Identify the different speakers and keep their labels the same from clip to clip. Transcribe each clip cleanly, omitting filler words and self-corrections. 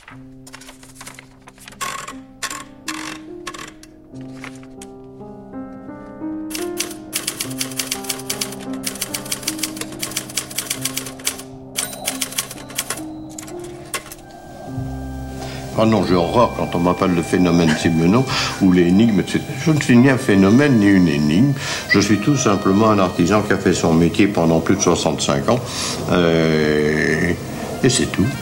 Speaker 1: Ah non, j'ai horreur quand on m'appelle le phénomène Simenon ou l'énigme, etc. Je ne suis ni un phénomène ni une énigme. Je suis tout simplement un artisan qui a fait son métier pendant plus de 65 ans. Et c'est tout.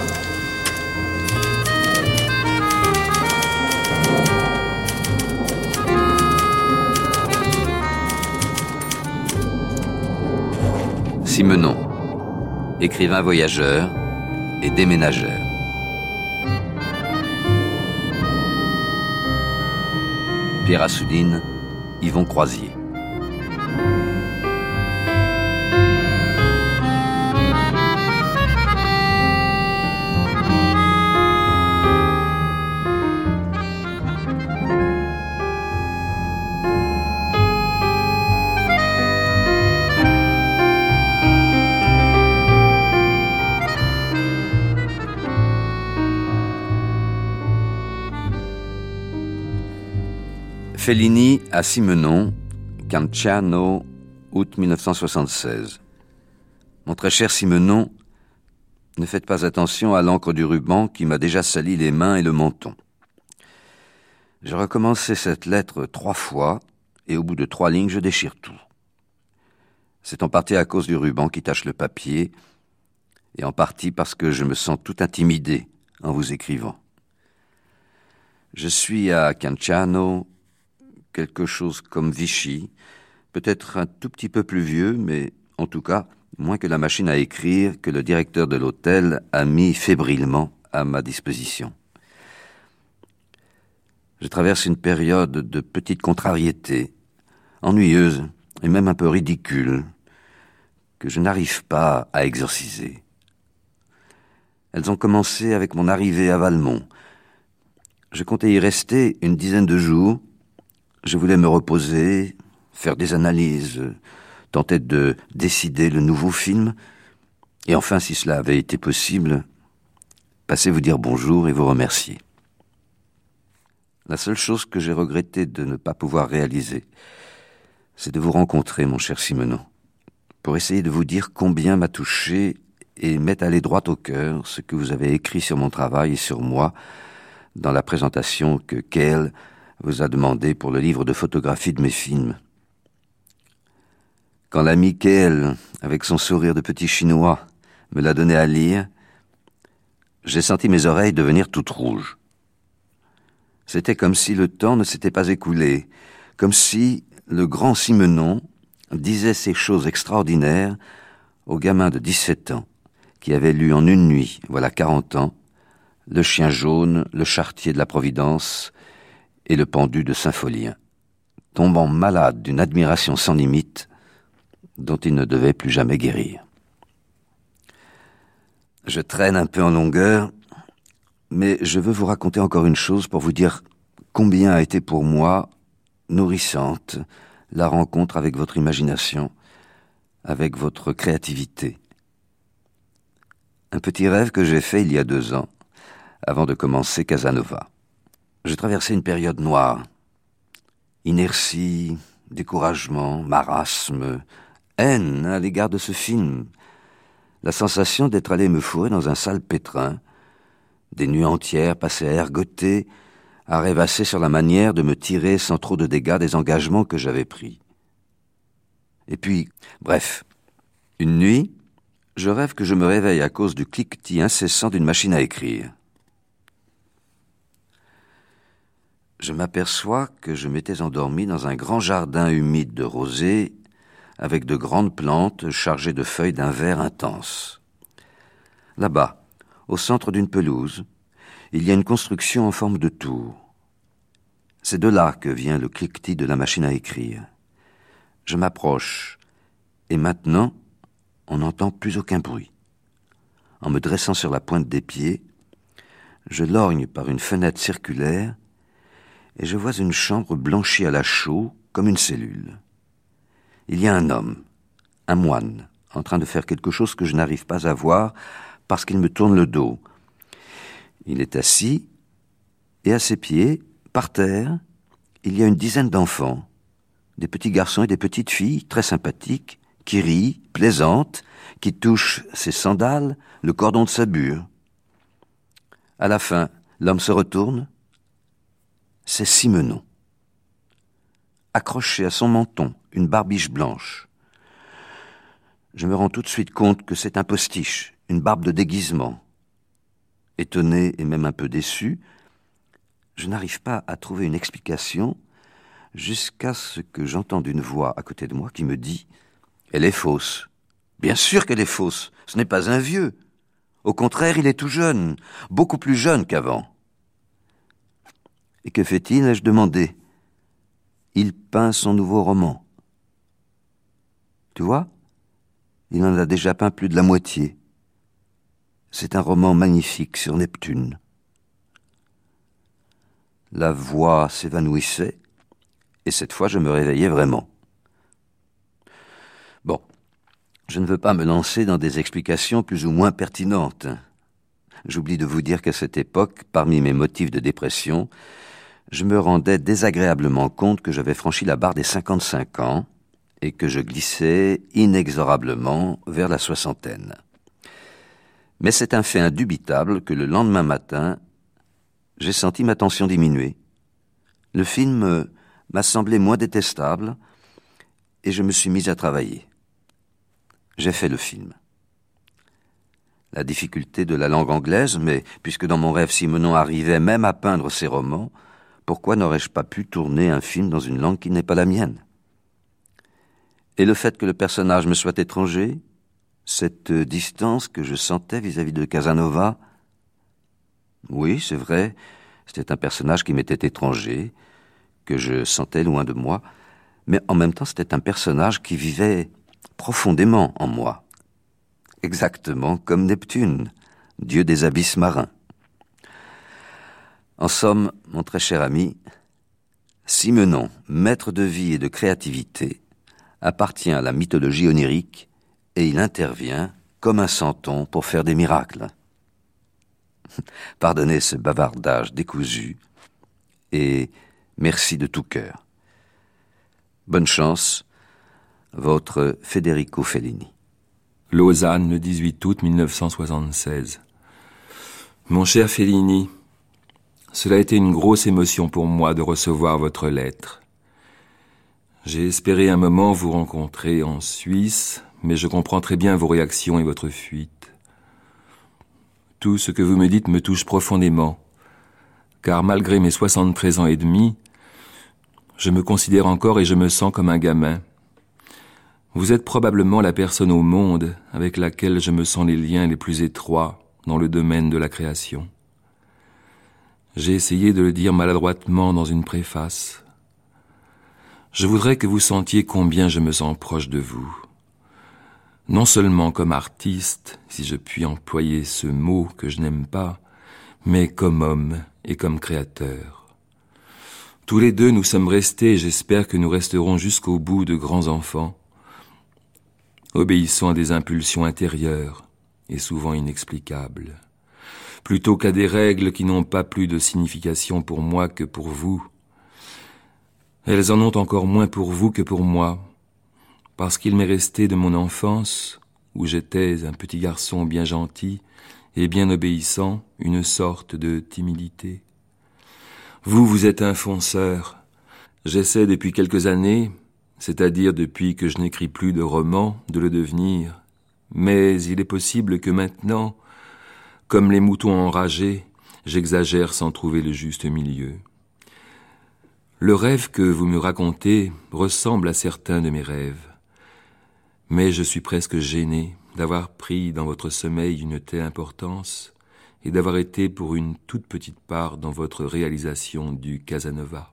Speaker 2: Simenon, écrivain voyageur et déménageur. Pierre Assouline, Yvon Croisier. Fellini à Simenon, Canciano, août 1976. Mon très cher Simenon, ne faites pas attention à l'encre du ruban qui m'a déjà sali les mains et le menton. J'ai recommencé cette lettre 3 fois et au bout de 3 lignes, je déchire tout. C'est en partie à cause du ruban qui tache le papier et en partie parce que je me sens tout intimidé en vous écrivant. Je suis à Canciano, quelque chose comme Vichy, peut-être un tout petit peu plus vieux, mais en tout cas, moins que la machine à écrire que le directeur de l'hôtel a mis fébrilement à ma disposition. Je traverse une période de petite contrariété, ennuyeuse et même un peu ridicule, que je n'arrive pas à exorciser. Elles ont commencé avec mon arrivée à Valmont. Je comptais y rester une dizaine de jours. Je voulais me reposer, faire des analyses, tenter de décider le nouveau film, et enfin, si cela avait été possible, passer vous dire bonjour et vous remercier. La seule chose que j'ai regretté de ne pas pouvoir réaliser, c'est de vous rencontrer, mon cher Simenon, pour essayer de vous dire combien m'a touché et m'est allé droit au cœur ce que vous avez écrit sur mon travail et sur moi dans la présentation que Kehl vous a demandé pour le livre de photographie de mes films. Quand l'ami Kehl, avec son sourire de petit chinois, me l'a donné à lire, j'ai senti mes oreilles devenir toutes rouges. C'était comme si le temps ne s'était pas écoulé, comme si le grand Simenon disait ces choses extraordinaires au gamin de 17 ans qui avait lu en une nuit, voilà 40 ans, Le chien jaune, Le charretier de la Providence et Le pendu de Saint-Folien, tombant malade d'une admiration sans limite dont il ne devait plus jamais guérir. Je traîne un peu en longueur, mais je veux vous raconter encore une chose pour vous dire combien a été pour moi nourrissante la rencontre avec votre imagination, avec votre créativité. Un petit rêve que j'ai fait il y a 2 ans, avant de commencer Casanova. Je traversais une période noire. Inertie, découragement, marasme, haine à l'égard de ce film. La sensation d'être allé me fourrer dans un sale pétrin. Des nuits entières passées à ergoter, à rêvasser sur la manière de me tirer sans trop de dégâts des engagements que j'avais pris. Et puis, bref, une nuit, je rêve que je me réveille à cause du cliquetis incessant d'une machine à écrire. Je m'aperçois que je m'étais endormi dans un grand jardin humide de rosée avec de grandes plantes chargées de feuilles d'un vert intense. Là-bas, au centre d'une pelouse, il y a une construction en forme de tour. C'est de là que vient le cliquetis de la machine à écrire. Je m'approche, et maintenant, on n'entend plus aucun bruit. En me dressant sur la pointe des pieds, je lorgne par une fenêtre circulaire et je vois une chambre blanchie à la chaux comme une cellule. Il y a un homme, un moine, en train de faire quelque chose que je n'arrive pas à voir parce qu'il me tourne le dos. Il est assis, et à ses pieds, par terre, il y a une dizaine d'enfants, des petits garçons et des petites filles très sympathiques, qui rient, plaisantes, qui touchent ses sandales, le cordon de sa bure. À la fin, l'homme se retourne. C'est Simenon. Accroché à son menton, une barbiche blanche. Je me rends tout de suite compte que c'est un postiche, une barbe de déguisement. Étonné et même un peu déçu, je n'arrive pas à trouver une explication jusqu'à ce que j'entende une voix à côté de moi qui me dit « Elle est fausse. Bien sûr qu'elle est fausse. Ce n'est pas un vieux. Au contraire, il est tout jeune, beaucoup plus jeune qu'avant. » Et que fait-il, ai-je demandé. Il peint son nouveau roman. Tu vois, il en a déjà peint plus de la moitié. C'est un roman magnifique sur Neptune. La voix s'évanouissait, et cette fois je me réveillais vraiment. Bon, je ne veux pas me lancer dans des explications plus ou moins pertinentes. J'oublie de vous dire qu'à cette époque, parmi mes motifs de dépression, je me rendais désagréablement compte que j'avais franchi la barre des 55 ans et que je glissais inexorablement vers la soixantaine. Mais c'est un fait indubitable que le lendemain matin, j'ai senti ma tension diminuer. Le film m'a semblé moins détestable et je me suis mis à travailler. J'ai fait le film. La difficulté de la langue anglaise, mais puisque dans mon rêve Simenon arrivait même à peindre ses romans, pourquoi n'aurais-je pas pu tourner un film dans une langue qui n'est pas la mienne? Et le fait que le personnage me soit étranger, cette distance que je sentais vis-à-vis de Casanova, oui, c'est vrai, c'était un personnage qui m'était étranger, que je sentais loin de moi, mais en même temps c'était un personnage qui vivait profondément en moi, exactement comme Neptune, dieu des abysses marins. En somme, mon très cher ami, Simenon, maître de vie et de créativité, appartient à la mythologie onirique et il intervient comme un santon pour faire des miracles. Pardonnez ce bavardage décousu et merci de tout cœur. Bonne chance, votre Federico Fellini.
Speaker 3: Lausanne, le 18 août 1976. Mon cher Fellini, cela a été une grosse émotion pour moi de recevoir votre lettre. J'ai espéré un moment vous rencontrer en Suisse, mais je comprends très bien vos réactions et votre fuite. Tout ce que vous me dites me touche profondément, car malgré mes 73 ans et demi, je me considère encore et je me sens comme un gamin. Vous êtes probablement la personne au monde avec laquelle je me sens les liens les plus étroits dans le domaine de la création. J'ai essayé de le dire maladroitement dans une préface. Je voudrais que vous sentiez combien je me sens proche de vous. Non seulement comme artiste, si je puis employer ce mot que je n'aime pas, mais comme homme et comme créateur. Tous les deux, nous sommes restés et j'espère que nous resterons jusqu'au bout de grands enfants, obéissant à des impulsions intérieures et souvent inexplicables, plutôt qu'à des règles qui n'ont pas plus de signification pour moi que pour vous. Elles en ont encore moins pour vous que pour moi, parce qu'il m'est resté de mon enfance, où j'étais un petit garçon bien gentil et bien obéissant, une sorte de timidité. Vous êtes un fonceur. J'essaie depuis quelques années, c'est-à-dire depuis que je n'écris plus de romans, de le devenir. Mais il est possible que maintenant, comme les moutons enragés, j'exagère sans trouver le juste milieu. Le rêve que vous me racontez ressemble à certains de mes rêves. Mais je suis presque gêné d'avoir pris dans votre sommeil une telle importance et d'avoir été pour une toute petite part dans votre réalisation du Casanova.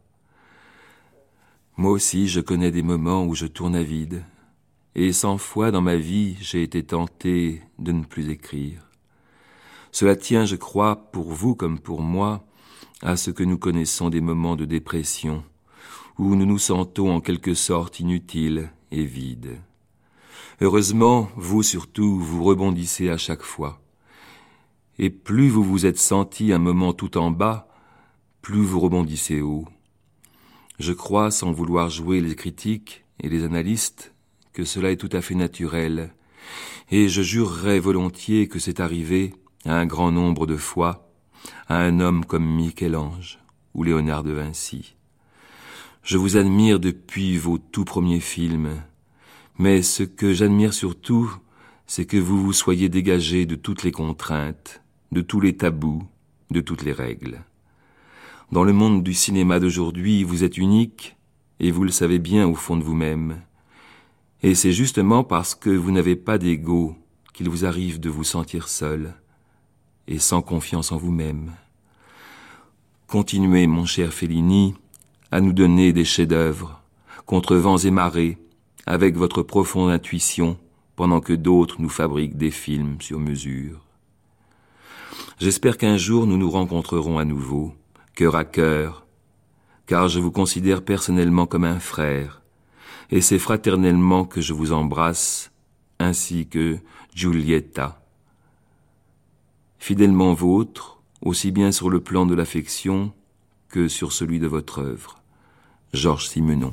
Speaker 3: Moi aussi, je connais des moments où je tourne à vide, et 100 fois dans ma vie, j'ai été tenté de ne plus écrire. Cela tient, je crois, pour vous comme pour moi, à ce que nous connaissons des moments de dépression, où nous nous sentons en quelque sorte inutiles et vides. Heureusement, vous surtout, vous rebondissez à chaque fois. et plus vous vous êtes senti un moment tout en bas, plus vous rebondissez haut. Je crois, sans vouloir jouer les critiques et les analystes, que cela est tout à fait naturel, et je jurerais volontiers que c'est arrivé à un grand nombre de fois à un homme comme Michel-Ange ou Léonard de Vinci. Je vous admire depuis vos tout premiers films, mais ce que j'admire surtout, c'est que vous vous soyez dégagé de toutes les contraintes, de tous les tabous, de toutes les règles. Dans le monde du cinéma d'aujourd'hui, vous êtes unique, et vous le savez bien au fond de vous-même. Et c'est justement parce que vous n'avez pas d'ego qu'il vous arrive de vous sentir seul, et sans confiance en vous-même. Continuez, mon cher Fellini, à nous donner des chefs-d'œuvre, contre vents et marées, avec votre profonde intuition, pendant que d'autres nous fabriquent des films sur mesure. J'espère qu'un jour nous nous rencontrerons à nouveau, cœur à cœur, car je vous considère personnellement comme un frère, et c'est fraternellement que je vous embrasse, ainsi que Giulietta. Fidèlement vôtre, aussi bien sur le plan de l'affection que sur celui de votre œuvre. Georges Simenon.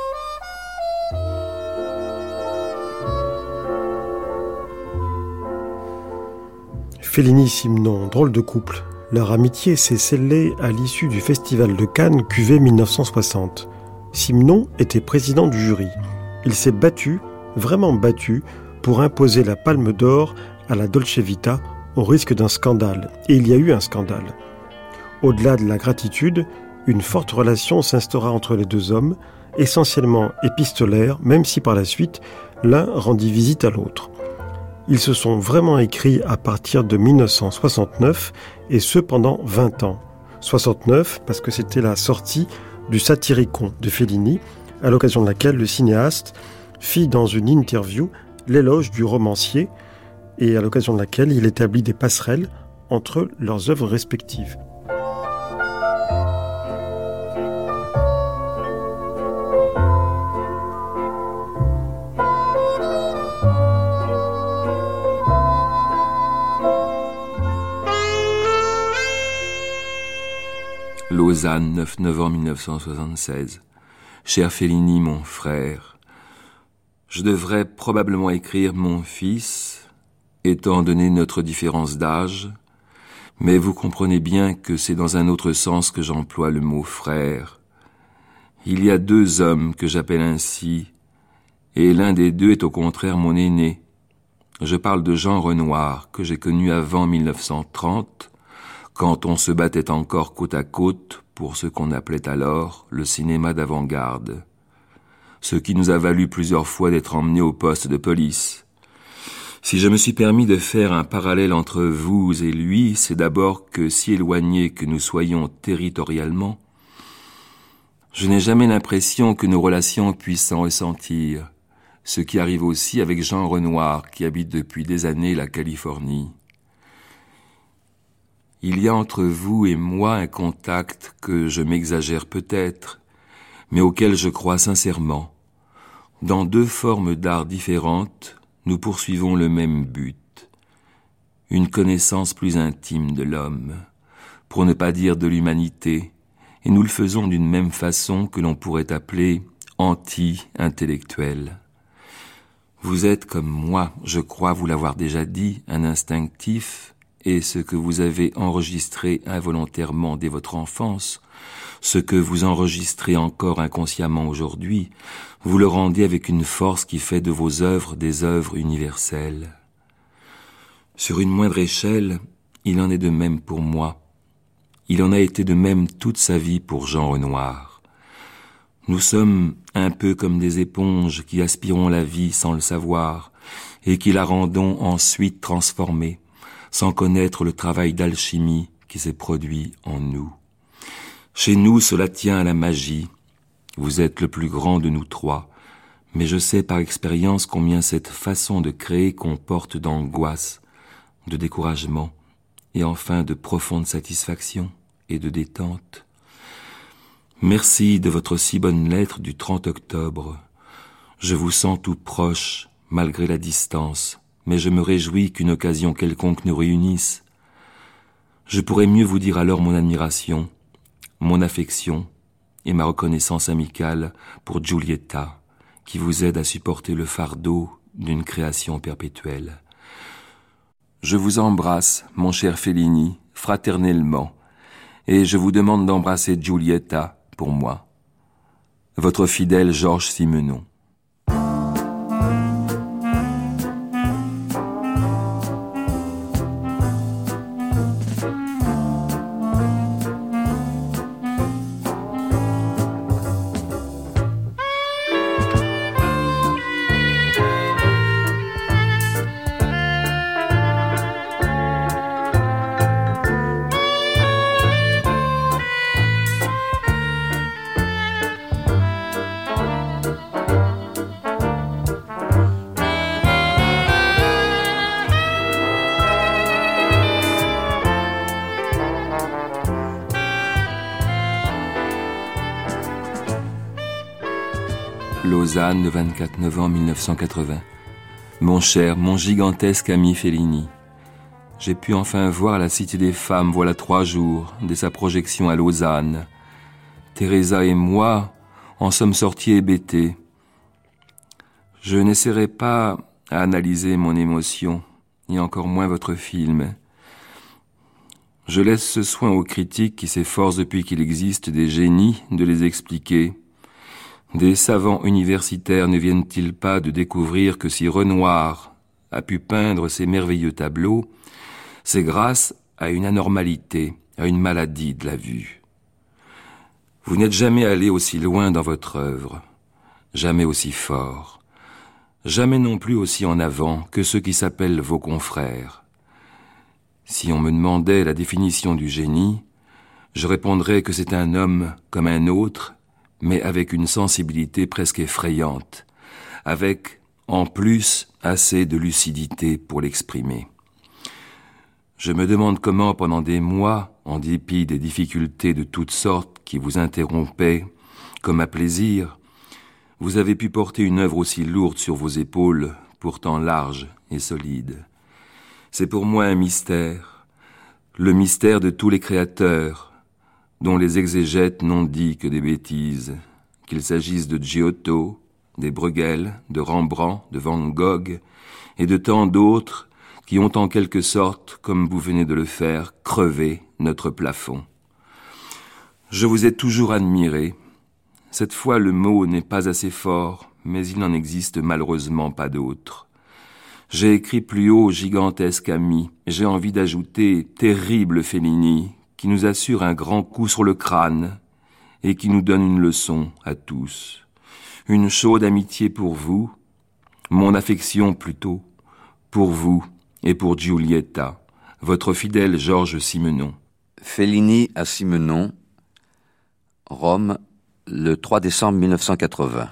Speaker 4: Fellini-Simenon, drôle de couple. Leur amitié s'est scellée à l'issue du Festival de Cannes Cuvée 1960. Simenon était président du jury. Il s'est battu, vraiment battu, pour imposer la Palme d'Or à la Dolce Vita au risque d'un scandale. Et il y a eu un scandale. Au-delà de la gratitude, une forte relation s'instaura entre les deux hommes, essentiellement épistolaire, même si par la suite, l'un rendit visite à l'autre. Ils se sont vraiment écrits à partir de 1969, et ce pendant 20 ans. 69, parce que c'était la sortie du Satyricon de Fellini, à l'occasion de laquelle le cinéaste fit dans une interview l'éloge du romancier, et à l'occasion de laquelle il établit des passerelles entre leurs œuvres respectives.
Speaker 3: Lausanne, 9 novembre 1976. Cher Fellini, mon frère, je devrais probablement écrire mon fils, étant donné notre différence d'âge, mais vous comprenez bien que c'est dans un autre sens que j'emploie le mot frère. Il y a deux hommes que j'appelle ainsi, et l'un des deux est au contraire mon aîné. Je parle de Jean Renoir, que j'ai connu avant 1930, quand on se battait encore côte à côte pour ce qu'on appelait alors le cinéma d'avant-garde, ce qui nous a valu plusieurs fois d'être emmenés au poste de police. Si je me suis permis de faire un parallèle entre vous et lui, c'est d'abord que, si éloignés que nous soyons territorialement, je n'ai jamais l'impression que nos relations puissent s'en ressentir, ce qui arrive aussi avec Jean Renoir, qui habite depuis des années la Californie. Il y a entre vous et moi un contact que je m'exagère peut-être, mais auquel je crois sincèrement. Dans deux formes d'art différentes, nous poursuivons le même but, une connaissance plus intime de l'homme, pour ne pas dire de l'humanité, et nous le faisons d'une même façon que l'on pourrait appeler anti-intellectuel. Vous êtes comme moi, je crois vous l'avoir déjà dit, un instinctif, et ce que vous avez enregistré involontairement dès votre enfance, ce que vous enregistrez encore inconsciemment aujourd'hui, vous le rendez avec une force qui fait de vos œuvres des œuvres universelles. Sur une moindre échelle, il en est de même pour moi. Il en a été de même toute sa vie pour Jean Renoir. Nous sommes un peu comme des éponges qui aspirons la vie sans le savoir et qui la rendons ensuite transformée, sans connaître le travail d'alchimie qui s'est produit en nous. Chez nous, cela tient à la magie. Vous êtes le plus grand de nous trois, mais je sais par expérience combien cette façon de créer comporte d'angoisse, de découragement, et enfin de profonde satisfaction et de détente. Merci de votre si bonne lettre du 30 octobre. Je vous sens tout proche, malgré la distance, mais je me réjouis qu'une occasion quelconque nous réunisse. Je pourrais mieux vous dire alors mon admiration, mon affection et ma reconnaissance amicale pour Giulietta, qui vous aide à supporter le fardeau d'une création perpétuelle. Je vous embrasse, mon cher Fellini, fraternellement, et je vous demande d'embrasser Giulietta pour moi. Votre fidèle Georges Simenon. Lausanne, le 24 novembre 1980. Mon cher, mon gigantesque ami Fellini, j'ai pu enfin voir la Cité des Femmes voilà 3 jours, dès sa projection à Lausanne. Teresa et moi en sommes sortis hébétés. Je n'essaierai pas à analyser mon émotion, et encore moins votre film. Je laisse ce soin aux critiques qui s'efforcent depuis qu'il existe des génies de les expliquer. Des savants universitaires ne viennent-ils pas de découvrir que si Renoir a pu peindre ces merveilleux tableaux, c'est grâce à une anormalité, à une maladie de la vue. Vous n'êtes jamais allé aussi loin dans votre œuvre, jamais aussi fort, jamais non plus aussi en avant que ceux qui s'appellent vos confrères. Si on me demandait la définition du génie, je répondrais que c'est un homme comme un autre, mais avec une sensibilité presque effrayante, avec, en plus, assez de lucidité pour l'exprimer. Je me demande comment, pendant des mois, en dépit des difficultés de toutes sortes qui vous interrompaient, comme à plaisir, vous avez pu porter une œuvre aussi lourde sur vos épaules, pourtant large et solide. C'est pour moi un mystère, le mystère de tous les créateurs, dont les exégètes n'ont dit que des bêtises, qu'il s'agisse de Giotto, des Bruegel, de Rembrandt, de Van Gogh, et de tant d'autres qui ont en quelque sorte, comme vous venez de le faire, crevé notre plafond. Je vous ai toujours admiré. Cette fois, le mot n'est pas assez fort, mais il n'en existe malheureusement pas d'autre. J'ai écrit plus haut, gigantesque ami, et j'ai envie d'ajouter terrible Fellini, qui nous assure un grand coup sur le crâne et qui nous donne une leçon à tous. Une chaude amitié pour vous, mon affection plutôt, pour vous et pour Giulietta, votre fidèle Georges Simenon.
Speaker 2: Fellini à Simenon, Rome, le 3 décembre 1980.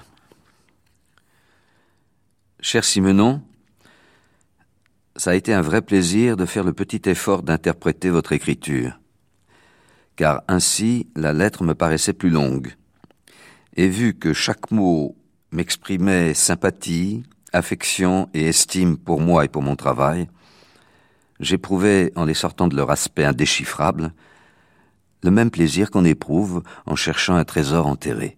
Speaker 2: Cher Simenon, ça a été un vrai plaisir de faire le petit effort d'interpréter votre écriture, car ainsi la lettre me paraissait plus longue. Et vu que chaque mot m'exprimait sympathie, affection et estime pour moi et pour mon travail, j'éprouvais, en les sortant de leur aspect indéchiffrable, le même plaisir qu'on éprouve en cherchant un trésor enterré.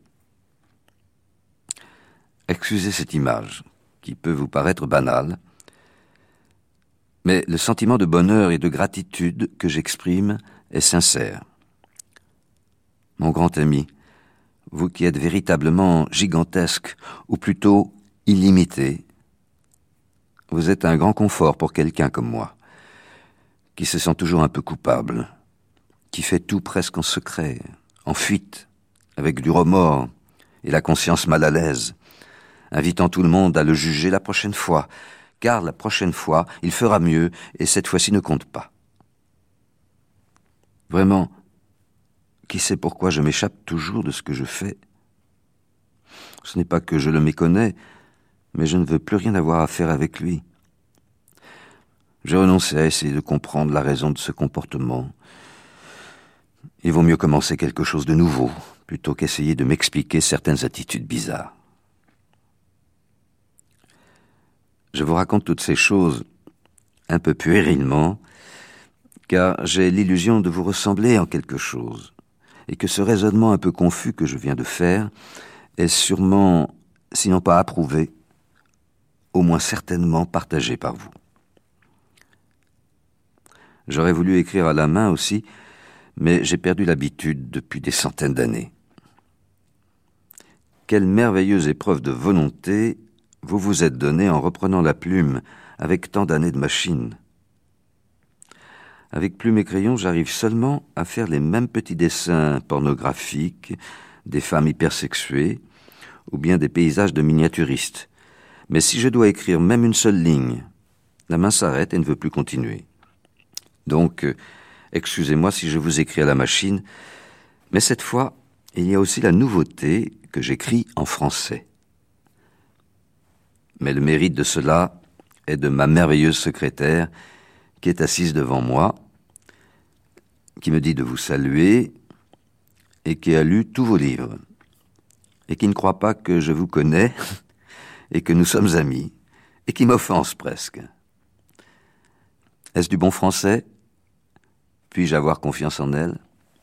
Speaker 2: Excusez cette image, qui peut vous paraître banale, mais le sentiment de bonheur et de gratitude que j'exprime est sincère. Mon grand ami, vous qui êtes véritablement gigantesque, ou plutôt illimité, vous êtes un grand confort pour quelqu'un comme moi, qui se sent toujours un peu coupable, qui fait tout presque en secret, en fuite, avec du remords et la conscience mal à l'aise, invitant tout le monde à le juger la prochaine fois, car la prochaine fois, il fera mieux et cette fois-ci ne compte pas. Vraiment, qui sait pourquoi je m'échappe toujours de ce que je fais? Ce n'est pas que je le méconnais, mais je ne veux plus rien avoir à faire avec lui. J'ai renoncé à essayer de comprendre la raison de ce comportement. Il vaut mieux commencer quelque chose de nouveau, plutôt qu'essayer de m'expliquer certaines attitudes bizarres. Je vous raconte toutes ces choses un peu puérilement, car j'ai l'illusion de vous ressembler en quelque chose, et que ce raisonnement un peu confus que je viens de faire est sûrement, sinon pas approuvé, au moins certainement partagé par vous. J'aurais voulu écrire à la main aussi, mais j'ai perdu l'habitude depuis des centaines d'années. Quelle merveilleuse épreuve de volonté vous vous êtes donnée en reprenant la plume avec tant d'années de machine. Avec plume et crayon, j'arrive seulement à faire les mêmes petits dessins pornographiques, des femmes hypersexuées, ou bien des paysages de miniaturistes. Mais si je dois écrire même une seule ligne, la main s'arrête et ne veut plus continuer. Donc, excusez-moi si je vous écris à la machine, mais cette fois, il y a aussi la nouveauté que j'écris en français. Mais le mérite de cela est de ma merveilleuse secrétaire qui est assise devant moi, qui me dit de vous saluer et qui a lu tous vos livres et qui ne croit pas que je vous connais et que nous sommes amis et qui m'offense presque. Est-ce du bon français ? Puis-je avoir confiance en elle ?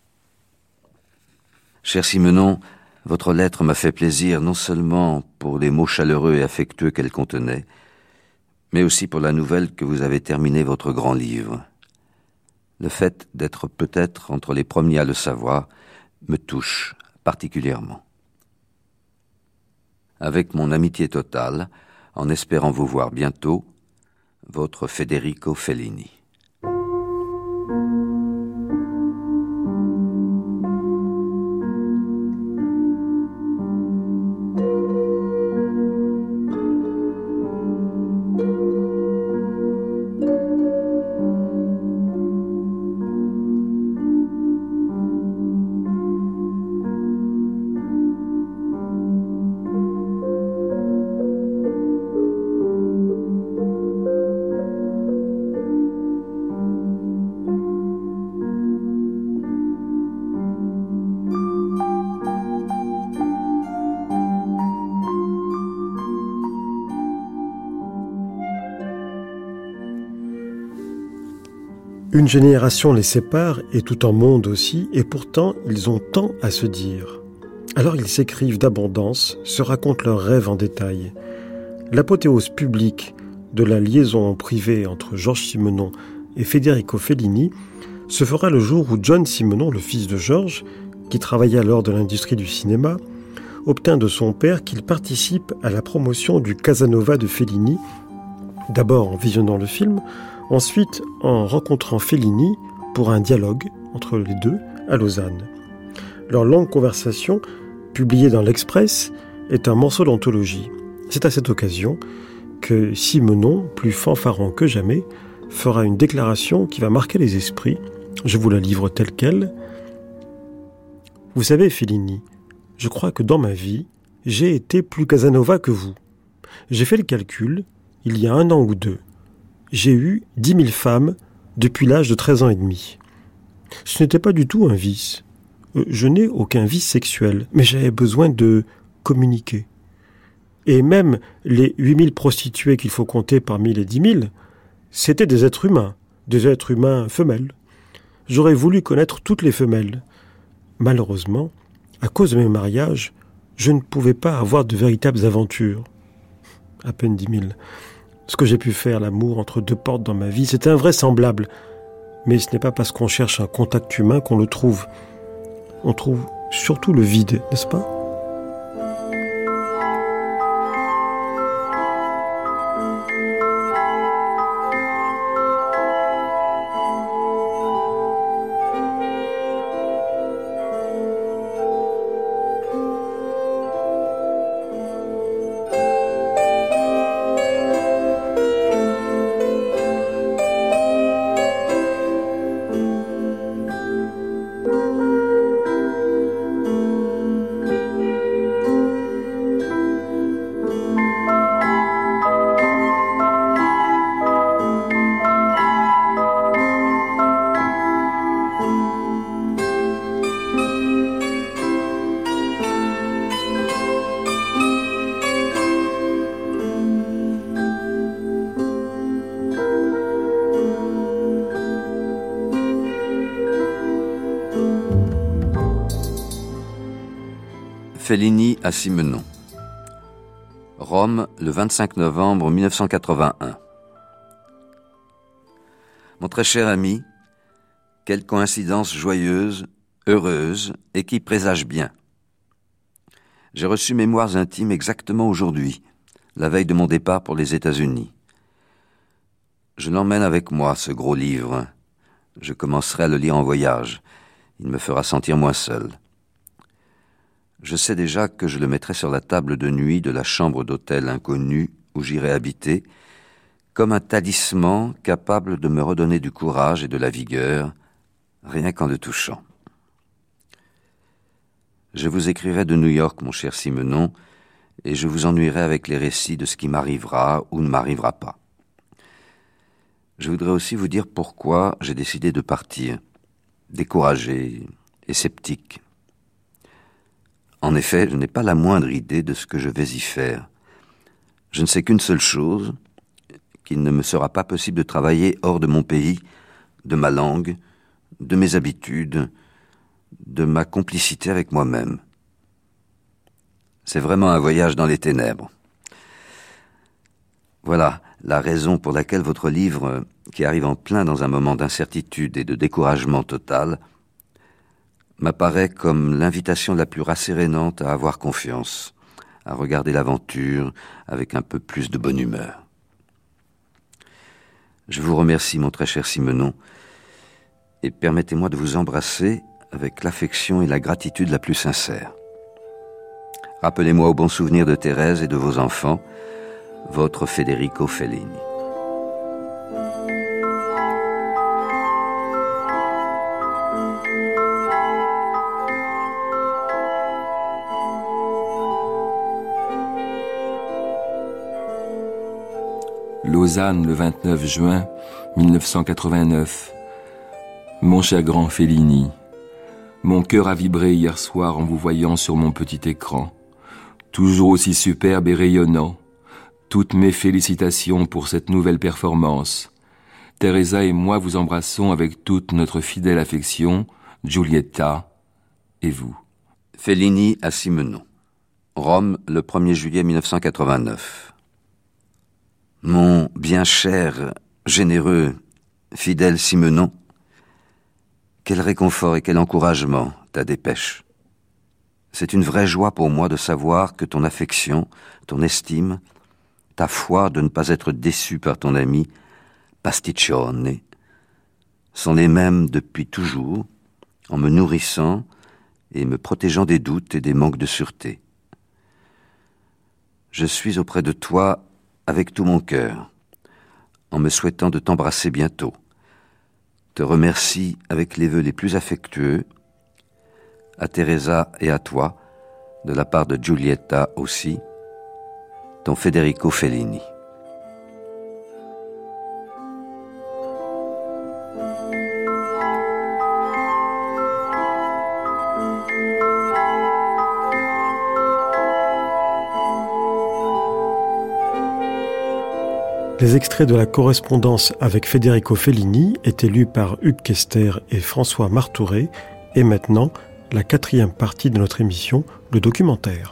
Speaker 2: Cher Simenon, votre lettre m'a fait plaisir non seulement pour les mots chaleureux et affectueux qu'elle contenait, mais aussi pour la nouvelle que vous avez terminé votre grand livre. Le fait d'être peut-être entre les premiers à le savoir me touche particulièrement. Avec mon amitié totale, en espérant vous voir bientôt, votre Federico Fellini.
Speaker 4: Une génération les sépare, et tout un monde aussi, et pourtant ils ont tant à se dire. Alors ils s'écrivent d'abondance, se racontent leurs rêves en détail. L'apothéose publique de la liaison privée entre Georges Simenon et Federico Fellini se fera le jour où John Simenon, le fils de Georges, qui travaillait alors dans l'industrie du cinéma, obtint de son père qu'il participe à la promotion du Casanova de Fellini, d'abord en visionnant le film, ensuite en rencontrant Fellini pour un dialogue entre les deux à Lausanne. Leur longue conversation, publiée dans l'Express, est un morceau d'anthologie. C'est à cette occasion que Simenon, plus fanfaron que jamais, fera une déclaration qui va marquer les esprits. Je vous la livre telle qu'elle. Vous savez, Fellini, je crois que dans ma vie, j'ai été plus Casanova que vous. J'ai fait le calcul, il y a 1 an ou 2. J'ai eu 10 000 femmes depuis l'âge de 13 ans et demi. Ce n'était pas du tout un vice. Je n'ai aucun vice sexuel, mais j'avais besoin de communiquer. Et même les 8 000 prostituées qu'il faut compter parmi les 10 000, c'étaient des êtres humains femelles. J'aurais voulu connaître toutes les femelles. Malheureusement, à cause de mes mariages, je ne pouvais pas avoir de véritables aventures. À peine 10 000. Ce que j'ai pu faire, l'amour entre 2 portes dans ma vie, c'est invraisemblable. Mais ce n'est pas parce qu'on cherche un contact humain qu'on le trouve. On trouve surtout le vide, n'est-ce pas ?
Speaker 2: Fellini à Simenon. Rome, le 25 novembre 1981. Mon très cher ami, quelle coïncidence joyeuse, heureuse et qui présage bien. J'ai reçu Mémoires intimes exactement aujourd'hui, la veille de mon départ pour les États-Unis. Je l'emmène avec moi, ce gros livre. Je commencerai à le lire en voyage. Il me fera sentir moins seul. Je sais déjà que je le mettrai sur la table de nuit de la chambre d'hôtel inconnue où j'irai habiter, comme un talisman capable de me redonner du courage et de la vigueur, rien qu'en le touchant. Je vous écrirai de New York, mon cher Simenon, et je vous ennuierai avec les récits de ce qui m'arrivera ou ne m'arrivera pas. Je voudrais aussi vous dire pourquoi j'ai décidé de partir, découragé et sceptique. En effet, je n'ai pas la moindre idée de ce que je vais y faire. Je ne sais qu'une seule chose, qu'il ne me sera pas possible de travailler hors de mon pays, de ma langue, de mes habitudes, de ma complicité avec moi-même. C'est vraiment un voyage dans les ténèbres. Voilà la raison pour laquelle votre livre, qui arrive en plein dans un moment d'incertitude et de découragement total, m'apparaît comme l'invitation la plus rassérénante à avoir confiance, à regarder l'aventure avec un peu plus de bonne humeur. Je vous remercie, mon très cher Simenon, et permettez-moi de vous embrasser avec l'affection et la gratitude la plus sincère. Rappelez-moi au bon souvenir de Thérèse et de vos enfants, votre Federico Fellini.
Speaker 3: Lausanne, le 29 juin 1989. Mon cher grand Fellini, mon cœur a vibré hier soir en vous voyant sur mon petit écran. Toujours aussi superbe et rayonnant. Toutes mes félicitations pour cette nouvelle performance. Teresa et moi vous embrassons avec toute notre fidèle affection, Giulietta et vous.
Speaker 2: Fellini à Simenon. Rome, le 1er juillet 1989. Mon bien cher, généreux, fidèle Simenon, quel réconfort et quel encouragement ta dépêche. C'est une vraie joie pour moi de savoir que ton affection, ton estime, ta foi de ne pas être déçu par ton ami, Pasticcione, sont les mêmes depuis toujours, en me nourrissant et me protégeant des doutes et des manques de sûreté. Je suis auprès de toi avec tout mon cœur, en me souhaitant de t'embrasser bientôt. Te remercie avec les vœux les plus affectueux, à Teresa et à toi, de la part de Giulietta aussi, ton Federico Fellini.
Speaker 4: Les extraits de la correspondance avec Federico Fellini étaient lus par Hugues Kester et François Martouret. Et maintenant, la 4e partie de notre émission, le documentaire.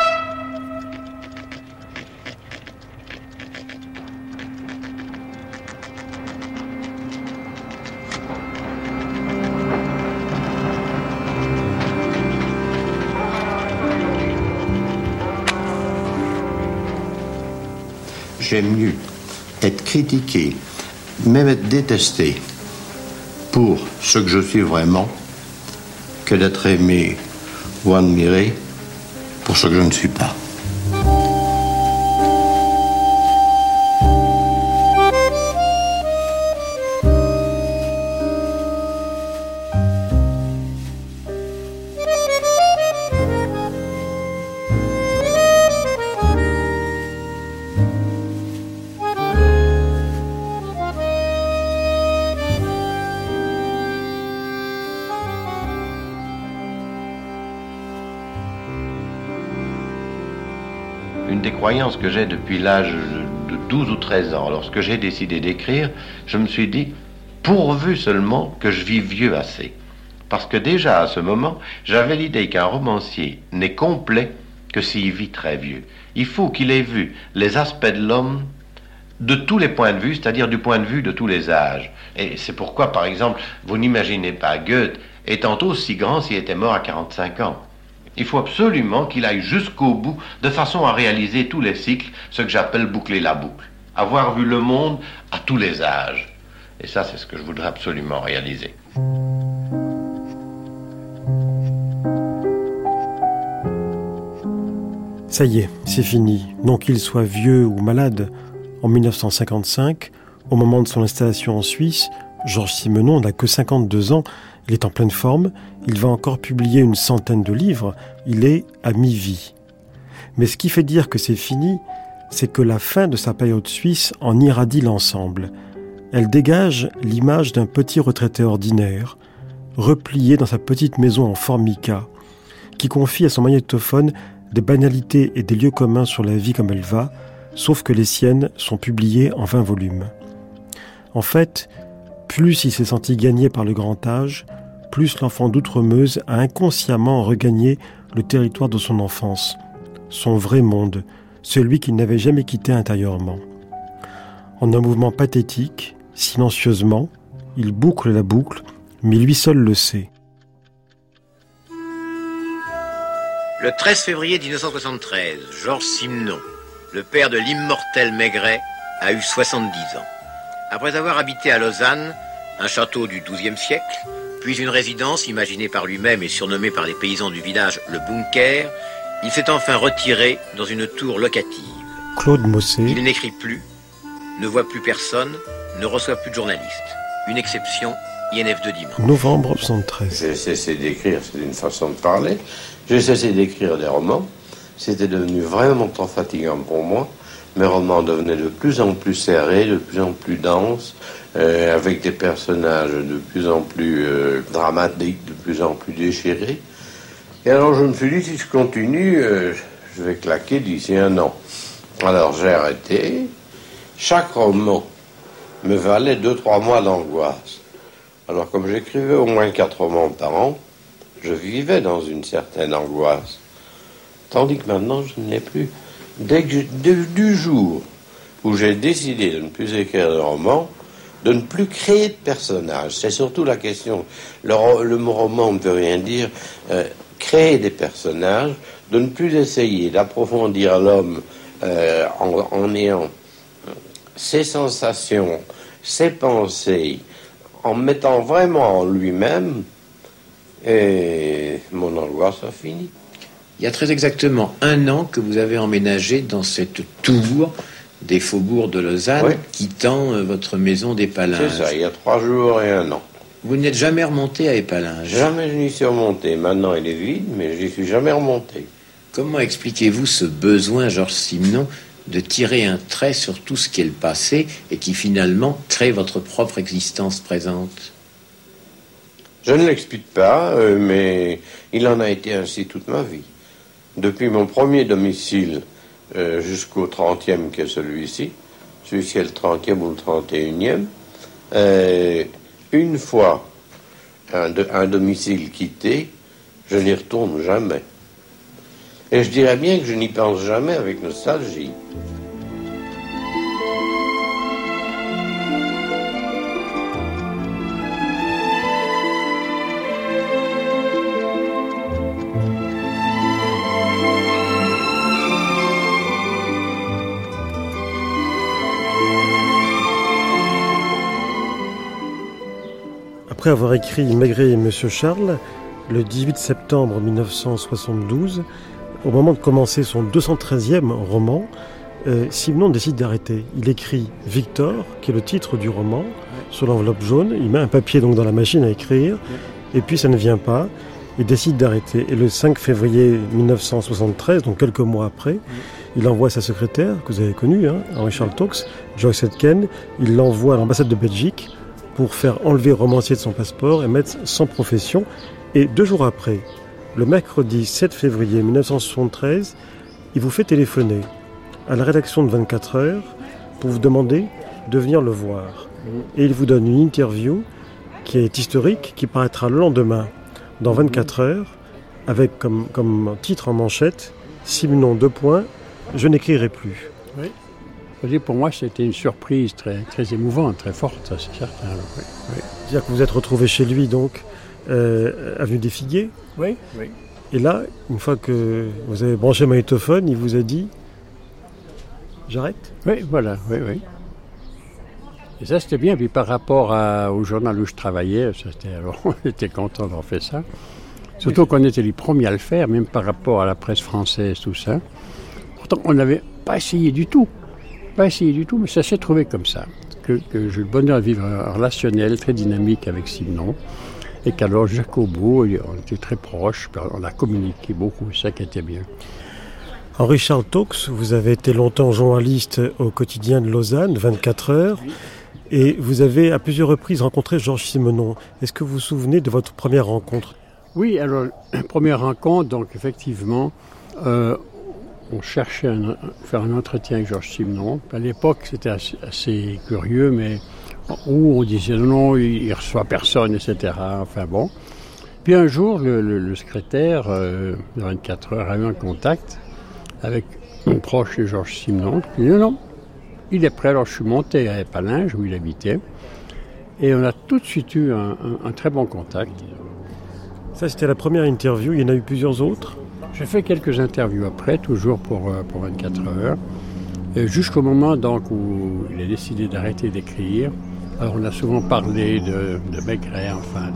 Speaker 1: J'aime mieux être critiqué, même être détesté pour ce que je suis vraiment, que d'être aimé ou admiré pour ce que je ne suis pas. Une des croyances que j'ai depuis l'âge de 12 ou 13 ans, lorsque j'ai décidé d'écrire, je me suis dit, pourvu seulement que je vive vieux assez, Parce que déjà à ce moment, j'avais l'idée qu'un romancier n'est complet que s'il vit très vieux. Il faut qu'il ait vu les aspects de l'homme de tous les points de vue, c'est-à-dire du point de vue de tous les âges. Et c'est pourquoi, par exemple, vous n'imaginez pas Goethe étant aussi grand s'il était mort à 45 ans. Il faut absolument qu'il aille jusqu'au bout, de façon à réaliser tous les cycles, ce que j'appelle boucler la boucle. Avoir vu le monde à tous les âges. Et ça, c'est ce que je voudrais absolument réaliser.
Speaker 4: Ça y est, c'est fini. Non qu'il soit vieux ou malade. En 1955, au moment de son installation en Suisse, Georges Simenon n'a que 52 ans. Il est en pleine forme. Il va encore publier une centaine de livres. Il est à mi-vie. Mais ce qui fait dire que c'est fini, c'est que la fin de sa période suisse en irradie l'ensemble. Elle dégage l'image d'un petit retraité ordinaire, replié dans sa petite maison en formica, qui confie à son magnétophone des banalités et des lieux communs sur la vie comme elle va, sauf que les siennes sont publiées en 20 volumes. En fait, plus il s'est senti gagné par le grand âge, plus l'enfant d'Outremeuse a inconsciemment regagné le territoire de son enfance, son vrai monde, celui qu'il n'avait jamais quitté intérieurement. En un mouvement pathétique, silencieusement, il boucle la boucle, mais lui seul le sait.
Speaker 5: Le 13 février 1973, Georges Simenon, le père de l'immortel Maigret, a eu 70 ans. Après avoir habité à Lausanne, un château du XIIe siècle, puis une résidence imaginée par lui-même et surnommée par les paysans du village le bunker, il s'est enfin retiré dans une tour locative.
Speaker 4: Claude Mossé.
Speaker 5: Il n'écrit plus, ne voit plus personne, ne reçoit plus de journalistes. Une exception, INF de dimanche.
Speaker 4: Novembre 1973.
Speaker 1: J'ai cessé d'écrire, c'est une façon de parler. J'ai cessé d'écrire des romans. C'était devenu vraiment trop fatigant pour moi. Mes romans devenaient de plus en plus serrés, de plus en plus denses, avec des personnages de plus en plus dramatiques, de plus en plus déchirés. Et alors je me suis dit, si je continue, je vais claquer d'ici un an. Alors j'ai arrêté. Chaque roman me valait 2-3 mois d'angoisse. Alors comme j'écrivais au moins 4 romans par an, je vivais dans une certaine angoisse. Tandis que maintenant, je ne l'ai plus. Du jour où j'ai décidé de ne plus écrire de romans, de ne plus créer de personnages, c'est surtout la question. Le mot roman ne veut rien dire. Créer des personnages, de ne plus essayer d'approfondir l'homme en ayant ses sensations, ses pensées, en mettant vraiment en lui-même, et mon angoisse a fini.
Speaker 5: Il y a très exactement 1 an que vous avez emménagé dans cette tour des faubourgs de Lausanne, oui, quittant votre maison d'Épalinges.
Speaker 1: C'est ça, il y a 3 jours et 1 an.
Speaker 5: Vous n'êtes jamais remonté à Épalinges?
Speaker 1: Jamais je n'y suis remonté. Maintenant, il est vide, mais je n'y suis jamais remonté.
Speaker 5: Comment expliquez-vous ce besoin, Georges Simenon, de tirer un trait sur tout ce qui est le passé et qui finalement crée votre propre existence présente?
Speaker 1: Je ne l'explique pas, mais il en a été ainsi toute ma vie. Depuis mon premier domicile jusqu'au 30e qui est celui-ci, celui-ci est le 30e ou le 31e, une fois un domicile quitté, je n'y retourne jamais. Et je dirais bien que je n'y pense jamais avec nostalgie.
Speaker 4: Après avoir écrit Maigret et Monsieur Charles, le 18 septembre 1972, au moment de commencer son 213e roman, Simenon décide d'arrêter. Il écrit Victor, qui est le titre du roman, sur l'enveloppe jaune. Il met un papier donc dans la machine à écrire, et puis ça ne vient pas. Il décide d'arrêter. Et le 5 février 1973, donc quelques mois après, il envoie sa secrétaire, que vous avez connue, Henri-Charles Taux, Joyce Etken, il l'envoie à l'ambassade de Belgique pour faire enlever le romancier de son passeport et mettre sans profession. Et 2 jours après, le mercredi 7 février 1973, il vous fait téléphoner à la rédaction de 24 heures pour vous demander de venir le voir. Et il vous donne une interview qui est historique, qui paraîtra le lendemain, dans 24 heures, avec comme titre en manchette « Simenon : je n'écrirai plus ».
Speaker 6: Oui. Pour moi, c'était une surprise très, très émouvante, très forte, ça, c'est certain. Oui.
Speaker 4: C'est-à-dire que vous êtes retrouvé chez lui, donc, avenue des Figuiers.
Speaker 6: Oui.
Speaker 4: Et là, une fois que vous avez branché le magnétophone, il vous a dit « J'arrête ».
Speaker 6: Oui, voilà, oui. Et ça, c'était bien. Puis par rapport au journal où je travaillais, on était content d'avoir fait ça. Surtout qu'on était les premiers à le faire, même par rapport à la presse française, tout ça. Pourtant, on n'avait pas essayé du tout, mais ça s'est trouvé comme ça. Que j'ai eu le bonheur de vivre un relationnel très dynamique avec Simenon. Et qu'alors, jusqu'au bout, on était très proches, on a communiqué beaucoup, c'est ça qui était bien.
Speaker 4: Henri-Charles Taux, vous avez été longtemps journaliste au quotidien de Lausanne, 24 heures, et vous avez à plusieurs reprises rencontré Georges Simenon. Est-ce que vous vous souvenez de votre première rencontre ?
Speaker 6: Oui, alors, première rencontre, donc effectivement, on cherchait à faire un entretien avec Georges Simenon. À l'époque, c'était assez curieux, mais où on disait non, il reçoit personne, etc. Enfin bon. Puis un jour, le secrétaire de 24 heures a eu un contact avec un proche de Georges Simenon. Il dit non, il est prêt. Alors je suis monté à Épalinges, où il habitait, et on a tout de suite eu un très bon contact.
Speaker 4: Ça, c'était la première interview. Il y en a eu plusieurs autres.
Speaker 6: J'ai fait quelques interviews après, toujours pour 24 heures, jusqu'au moment donc où il a décidé d'arrêter d'écrire. Alors on a souvent parlé de Maigret,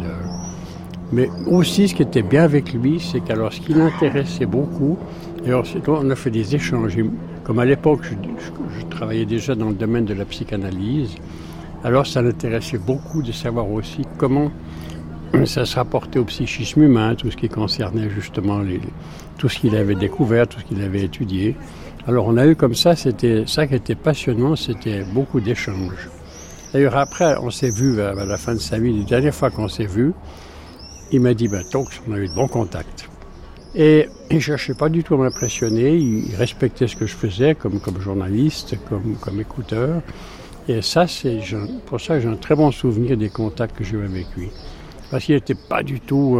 Speaker 6: mais aussi ce qui était bien avec lui, c'est qu'alors ce qui l'intéressait beaucoup, et alors on a fait des échanges, comme à l'époque je travaillais déjà dans le domaine de la psychanalyse, alors ça l'intéressait beaucoup de savoir aussi comment ça se rapportait au psychisme humain, tout ce qui concernait justement tout ce qu'il avait découvert, tout ce qu'il avait étudié. Alors on a eu comme ça, c'était ça qui était passionnant, c'était beaucoup d'échanges. D'ailleurs, après, on s'est vu à la fin de sa vie, la dernière fois qu'on s'est vu, il m'a dit, Taux, on a eu de bons contacts. Et il ne cherchait pas du tout à m'impressionner, il respectait ce que je faisais comme journaliste, comme écouteur. Et ça, pour ça, j'ai un très bon souvenir des contacts que j'ai eu avec lui. Parce qu'il n'était pas du tout...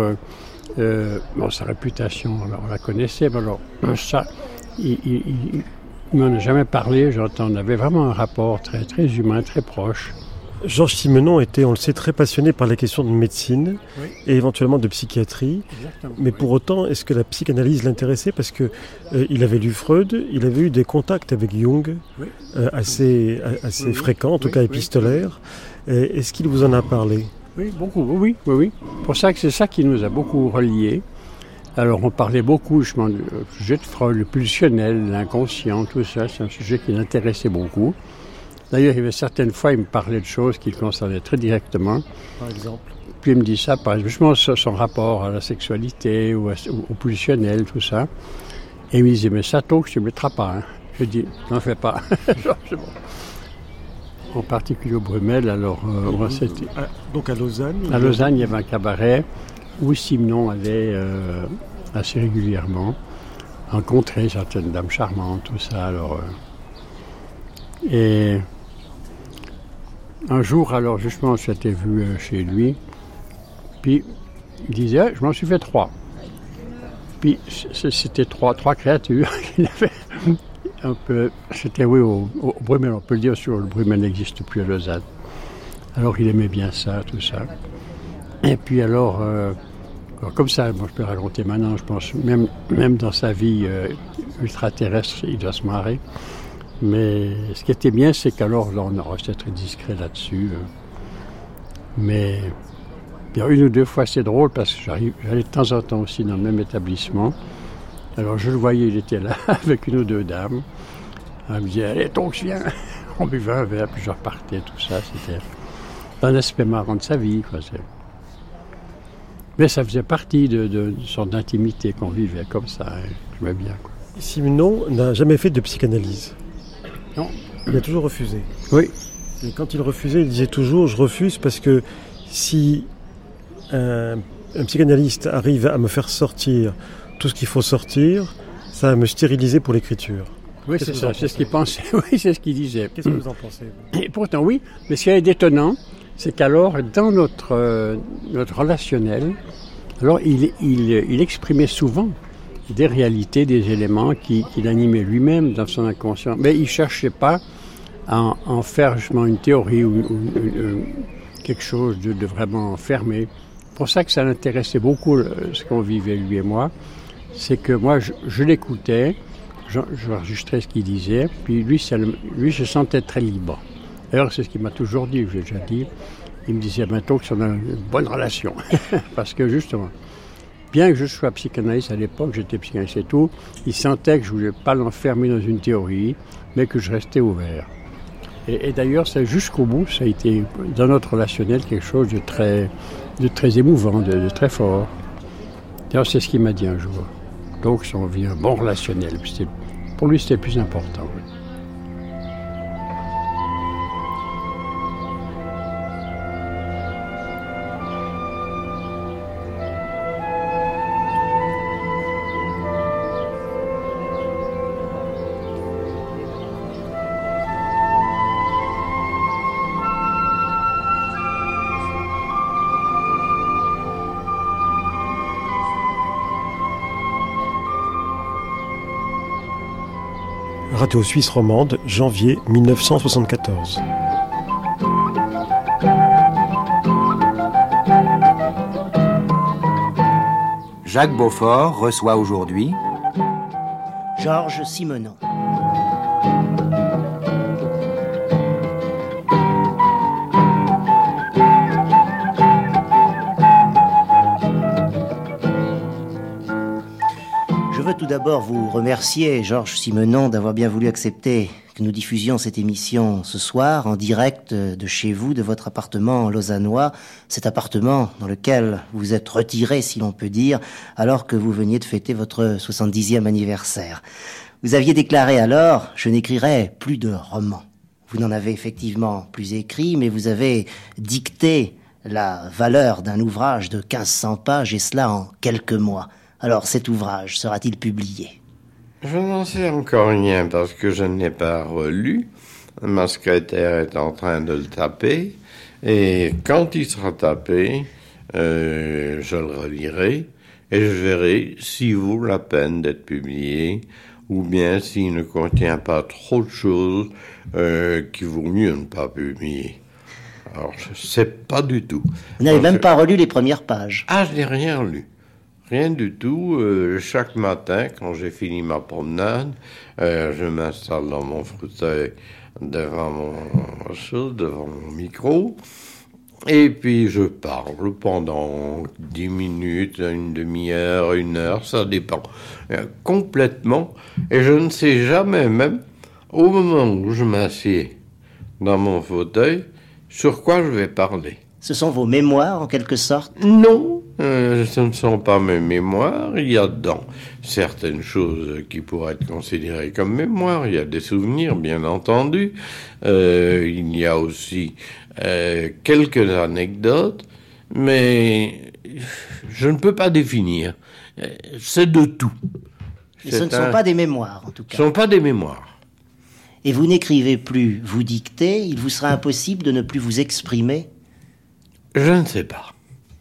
Speaker 6: sa réputation, on la connaissait, mais alors ça, il m'en a jamais parlé, on avait vraiment un rapport très, très humain, très proche.
Speaker 4: Georges Simenon était, on le sait, très passionné par les questions de médecine et éventuellement de psychiatrie.
Speaker 6: Exactement,
Speaker 4: mais pour autant, est-ce que la psychanalyse l'intéressait ? Parce que il avait lu Freud, il avait eu des contacts avec Jung assez fréquents, en tout cas épistolaires. Est-ce qu'il vous en a parlé ?
Speaker 6: Oui, beaucoup, oui. Pour ça que c'est ça qui nous a beaucoup reliés. Alors on parlait beaucoup justement du sujet de Freud, le pulsionnel, l'inconscient, tout ça, c'est un sujet qui l'intéressait beaucoup. D'ailleurs, il y avait certaines fois, il me parlait de choses qui le concernaient très directement.
Speaker 4: Par exemple ?
Speaker 6: Puis il me dit ça, par exemple, justement son rapport à la sexualité ou au pulsionnel, tout ça. Et il me disait, mais ça, Taux, tu ne mettras pas. Hein. Je dis, n'en fais pas. En particulier au Brumel, alors... c'était...
Speaker 4: Donc à Lausanne ?
Speaker 6: À Lausanne, il y avait un cabaret où Simenon allait assez régulièrement rencontrer certaines dames charmantes, tout ça. Alors, et un jour, alors justement, on s'était vu chez lui, puis il disait, je m'en suis fait 3. Puis c'était trois créatures qu'il avait un peu... C'était, oui, au Brumel, on peut le dire, sur le Brumel n'existe plus à Lausanne. Alors il aimait bien ça, tout ça. Et puis alors, comme ça, je peux raconter maintenant, je pense, même dans sa vie ultra-terrestre, il doit se marrer. Mais ce qui était bien, c'est qu'alors, là, on a resté très discret là-dessus. Mais bien, une ou deux fois, c'est drôle, parce que j'allais de temps en temps aussi dans le même établissement. Alors je le voyais, il était là, avec une ou deux dames. Elle me disait, allez, Taux, viens. On buvait un verre, puis je repartais, tout ça. C'était un aspect marrant de sa vie, quoi. Mais ça faisait partie d'une sorte d'intimité qu'on vivait comme ça. J'aimais bien, quoi.
Speaker 4: Simenon n'a jamais fait de psychanalyse.
Speaker 6: Non.
Speaker 4: Il a toujours refusé.
Speaker 6: Oui.
Speaker 4: Et quand il refusait, il disait toujours « je refuse parce que si un psychanalyste arrive à me faire sortir tout ce qu'il faut sortir, ça va me stériliser pour l'écriture ».
Speaker 6: Oui, c'est ça, c'est ce qu'il pensait. Oui, c'est ce qu'il disait.
Speaker 4: Qu'est-ce que vous en pensez ?
Speaker 6: Et pourtant, oui, mais ce qui est détonnant, c'est qu'alors, dans notre relationnel, alors il exprimait souvent des réalités, des éléments qu'il animait lui-même dans son inconscient. Mais il ne cherchait pas à en faire justement une théorie ou quelque chose de vraiment fermé. C'est pour ça que ça l'intéressait beaucoup, ce qu'on vivait lui et moi. C'est que moi, je l'écoutais, j'enregistrais ce qu'il disait, puis lui se sentait très libre. D'ailleurs, c'est ce qu'il m'a toujours dit, j'ai déjà dit. Il me disait bientôt que on a une bonne relation. Parce que justement, bien que je sois psychanalyste à l'époque, j'étais psychanalyste et tout, il sentait que je ne voulais pas l'enfermer dans une théorie, mais que je restais ouvert. Et d'ailleurs, c'est jusqu'au bout, ça a été dans notre relationnel quelque chose de très émouvant, de très fort. D'ailleurs, c'est ce qu'il m'a dit un jour. Donc, on vit un bon relationnel. Pour lui, c'était le plus important. Oui.
Speaker 4: Radio Suisse romande, janvier 1974.
Speaker 7: Jacques Beaufort reçoit aujourd'hui
Speaker 8: Georges Simenon. Je veux tout d'abord vous remercier, Georges Simenon, d'avoir bien voulu accepter que nous diffusions cette émission ce soir en direct de chez vous, de votre appartement lausannois, cet appartement dans lequel vous êtes retiré, si l'on peut dire, alors que vous veniez de fêter votre 70e anniversaire. Vous aviez déclaré alors « Je n'écrirai plus de romans ». Vous n'en avez effectivement plus écrit, mais vous avez dicté la valeur d'un ouvrage de 1500 pages, et cela en quelques mois. Alors, cet ouvrage sera-t-il publié ?
Speaker 1: Je n'en sais encore rien parce que je ne l'ai pas relu. Ma secrétaire est en train de le taper. Et quand il sera tapé, je le relirai et je verrai s'il vaut la peine d'être publié ou bien s'il ne contient pas trop de choses qu'il vaut mieux ne pas publier. Alors, je ne sais pas du tout.
Speaker 8: Vous n'avez même pas relu les premières pages ?
Speaker 1: Ah, je n'ai rien relu. Rien du tout. Chaque matin, quand j'ai fini ma promenade, je m'installe dans mon fauteuil devant mon micro, et puis je parle pendant 10 minutes, une demi-heure, 1 heure, ça dépend. Complètement. Et je ne sais jamais, même au moment où je m'assieds dans mon fauteuil, sur quoi je vais parler.
Speaker 8: Ce sont vos mémoires, en quelque sorte ?
Speaker 1: Non, ce ne sont pas mes mémoires. Il y a dedans certaines choses qui pourraient être considérées comme mémoires. Il y a des souvenirs, bien entendu. Il y a aussi quelques anecdotes, mais je ne peux pas définir. C'est de tout.
Speaker 8: Mais ce ne sont pas des mémoires, en tout cas.
Speaker 1: Ce ne sont pas des mémoires.
Speaker 8: Et vous n'écrivez plus, vous dictez. Il vous sera impossible de ne plus vous exprimer ?
Speaker 1: Je ne sais pas.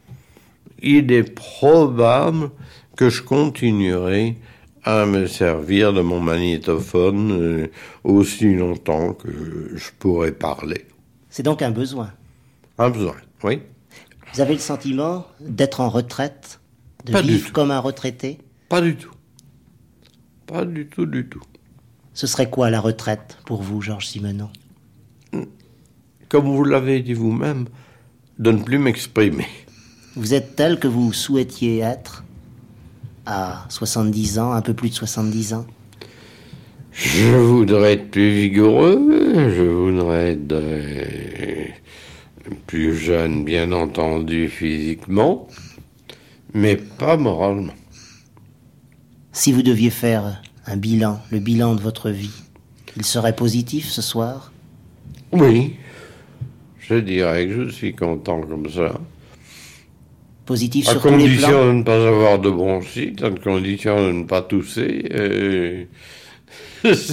Speaker 1: Il est probable que je continuerai à me servir de mon magnétophone aussi longtemps que je pourrai parler.
Speaker 8: C'est donc un besoin.
Speaker 1: Un besoin, oui.
Speaker 8: Vous avez le sentiment d'être en retraite, de vivre comme un retraité ?
Speaker 1: Pas du tout. Pas du tout, du tout.
Speaker 8: Ce serait quoi la retraite pour vous, Georges Simenon ?
Speaker 1: Comme vous l'avez dit vous-même, de ne plus m'exprimer.
Speaker 8: Vous êtes tel que vous souhaitiez être à 70 ans, un peu plus de 70 ans ?
Speaker 1: Je voudrais être plus vigoureux, je voudrais être plus jeune, bien entendu, physiquement, mais pas moralement.
Speaker 8: Si vous deviez faire un bilan, le bilan de votre vie, il serait positif ce soir ?
Speaker 1: Oui. Je dirais que je suis content comme ça.
Speaker 8: Positif sur tous les plans ? À
Speaker 1: condition de ne pas avoir de bronchite, à condition de ne pas tousser,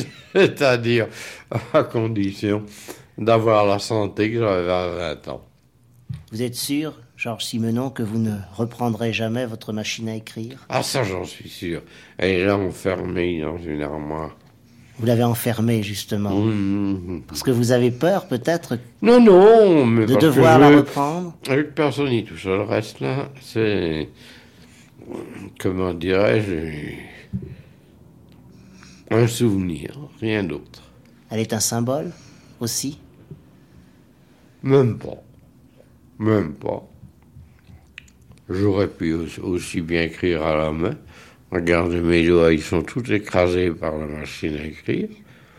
Speaker 1: c'est-à-dire à condition d'avoir la santé que j'avais à 20 ans.
Speaker 8: Vous êtes sûr, Georges Simenon, que vous ne reprendrez jamais votre machine à écrire?
Speaker 9: Ah, ça, j'en suis sûr. Elle est là enfermée dans une armoire.
Speaker 8: Vous l'avez enfermée, justement. Parce que vous avez peur, peut-être,
Speaker 9: Non, mais
Speaker 8: de
Speaker 9: parce
Speaker 8: devoir
Speaker 9: que
Speaker 8: la reprendre?
Speaker 9: avec personne n'y touche. Le reste, là, c'est... Comment dirais-je... Un souvenir, rien d'autre.
Speaker 8: Elle est un symbole, aussi?
Speaker 9: Même pas. J'aurais pu aussi bien écrire à la main. Regardez mes doigts, ils sont tous écrasés par la machine à écrire.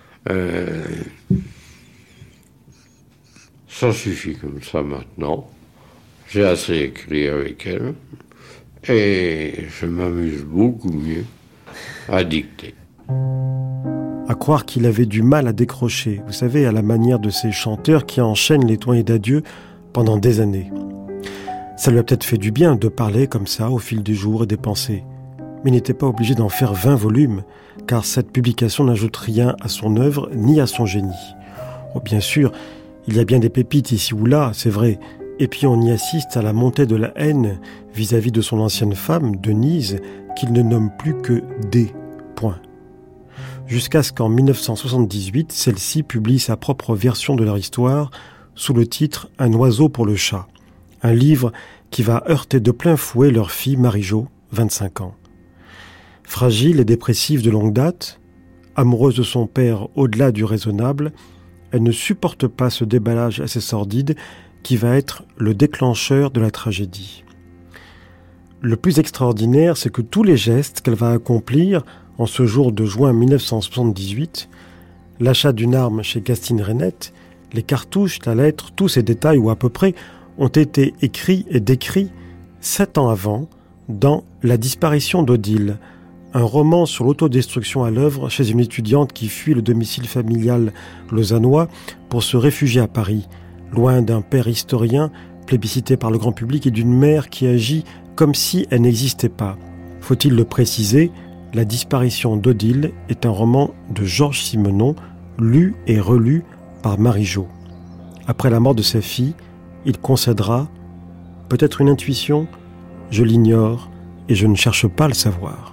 Speaker 9: Ça suffit comme ça maintenant. J'ai assez écrit avec elle. Et je m'amuse beaucoup mieux à dicter.
Speaker 4: À croire qu'il avait du mal à décrocher, vous savez, à la manière de ces chanteurs qui enchaînent les tournées d'adieu pendant des années. Ça lui a peut-être fait du bien de parler comme ça au fil du jour et des pensées. Mais il n'était pas obligé d'en faire 20 volumes, car cette publication n'ajoute rien à son œuvre ni à son génie. Oh, bien sûr, il y a bien des pépites ici ou là, c'est vrai, et puis on y assiste à la montée de la haine vis-à-vis de son ancienne femme, Denise, qu'il ne nomme plus que D. Point. Jusqu'à ce qu'en 1978, celle-ci publie sa propre version de leur histoire sous le titre « Un oiseau pour le chat », un livre qui va heurter de plein fouet leur fille Marie-Jo, 25 ans. Fragile et dépressive de longue date, amoureuse de son père au-delà du raisonnable, elle ne supporte pas ce déballage assez sordide qui va être le déclencheur de la tragédie. Le plus extraordinaire, c'est que tous les gestes qu'elle va accomplir en ce jour de juin 1978, l'achat d'une arme chez Gastine Rennette, les cartouches, la lettre, tous ces détails, ou à peu près, ont été écrits et décrits 7 ans avant dans La disparition d'Odile, un roman sur l'autodestruction à l'œuvre chez une étudiante qui fuit le domicile familial lausannois pour se réfugier à Paris, loin d'un père historien plébiscité par le grand public et d'une mère qui agit comme si elle n'existait pas. Faut-il le préciser, La disparition d'Odile est un roman de Georges Simenon, lu et relu par Marie-Jo. Après la mort de sa fille, il concédera peut-être une intuition, je l'ignore et je ne cherche pas à le savoir.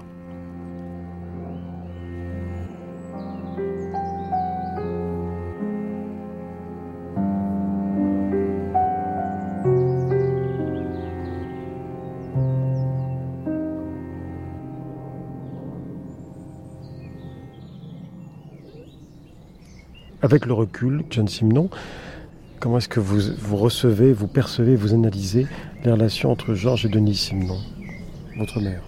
Speaker 4: Avec le recul, John Simenon, comment est-ce que vous recevez, vous percevez, vous analysez les relations entre Georges et Denise Simenon, votre mère?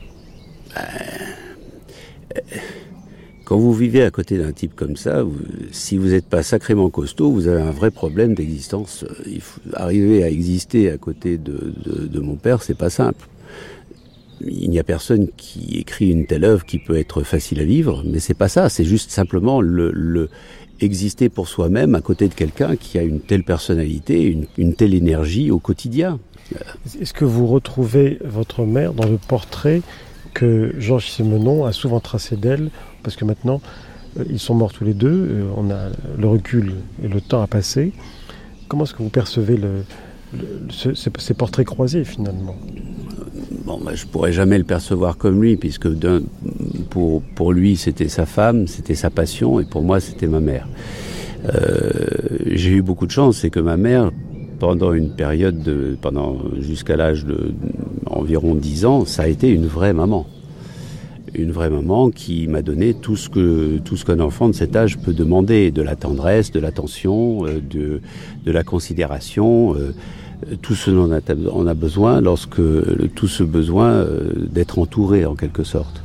Speaker 2: Quand vous vivez à côté d'un type comme ça, si vous n'êtes pas sacrément costaud, vous avez un vrai problème d'existence. Il faut arriver à exister à côté de mon père, c'est pas simple. Il n'y a personne qui écrit une telle œuvre qui peut être facile à vivre, mais c'est pas ça, c'est juste simplement le exister pour soi-même à côté de quelqu'un qui a une telle personnalité, une telle énergie au quotidien.
Speaker 4: Est-ce que vous retrouvez votre mère dans le portrait que Georges Simenon a souvent tracé d'elle? Parce que maintenant, ils sont morts tous les deux, on a le recul et le temps a passé. Comment est-ce que vous percevez ces portraits croisés finalement?
Speaker 2: Bon, je pourrais jamais le percevoir comme lui, puisque pour lui c'était sa femme, c'était sa passion, et pour moi c'était ma mère. J'ai eu beaucoup de chance, c'est que ma mère, pendant une période jusqu'à l'âge de environ 10 ans, ça a été une vraie maman. Une vraie maman qui m'a donné tout ce qu'un enfant de cet âge peut demander, de la tendresse, de l'attention, de la considération, tout ce dont on a besoin tout ce besoin d'être entouré en quelque sorte.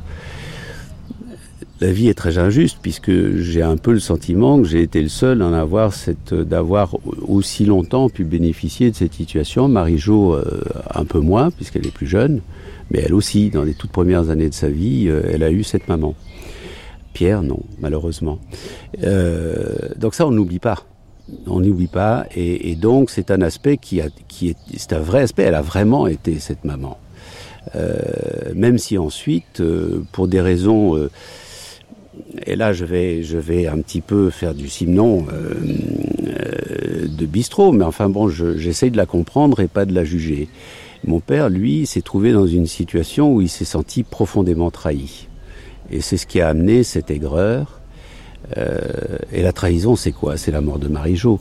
Speaker 2: La vie est très injuste puisque j'ai un peu le sentiment que j'ai été le seul d'avoir aussi longtemps pu bénéficier de cette situation. Marie-Jo un peu moins puisqu'elle est plus jeune, mais elle aussi, dans les toutes premières années de sa vie, elle a eu cette maman. Pierre, non, malheureusement. Donc ça, on n'oublie pas. On n'oublie pas, et donc c'est un aspect c'est un vrai aspect. Elle a vraiment été cette maman, même si ensuite, pour des raisons, et là je vais un petit peu faire du Simenon,
Speaker 10: de bistrot, mais enfin bon, j'essaye de la comprendre et pas de la juger. Mon père, lui, s'est trouvé dans une situation où il s'est senti profondément trahi. Et c'est ce qui a amené cette aigreur. Et la trahison, c'est quoi? C'est la mort de Marie-Jo.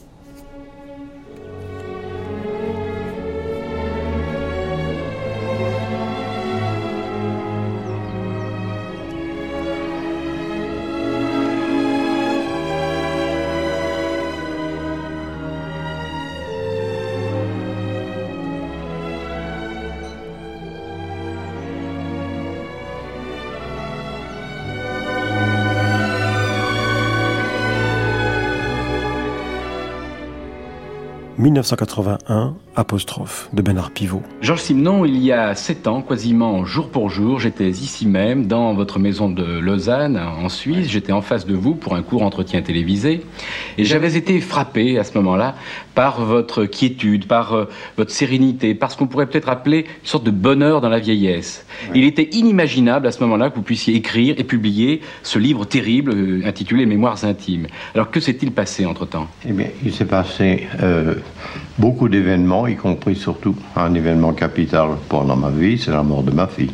Speaker 4: « 1981, apostrophe, de Bernard Pivot.
Speaker 11: Georges Simenon, il y a 7 ans, quasiment jour pour jour, j'étais ici même, dans votre maison de Lausanne, en Suisse. J'étais en face de vous pour un court entretien télévisé. Et j'avais été frappé, à ce moment-là, par votre quiétude, par votre sérénité, par ce qu'on pourrait peut-être appeler une sorte de bonheur dans la vieillesse. Il était inimaginable, à ce moment-là, que vous puissiez écrire et publier ce livre terrible, intitulé « Mémoires intimes ». Alors, que s'est-il passé entre-temps?
Speaker 1: Eh bien, il s'est passé beaucoup d'événements, y compris surtout un événement capital pendant ma vie, c'est la mort de ma fille.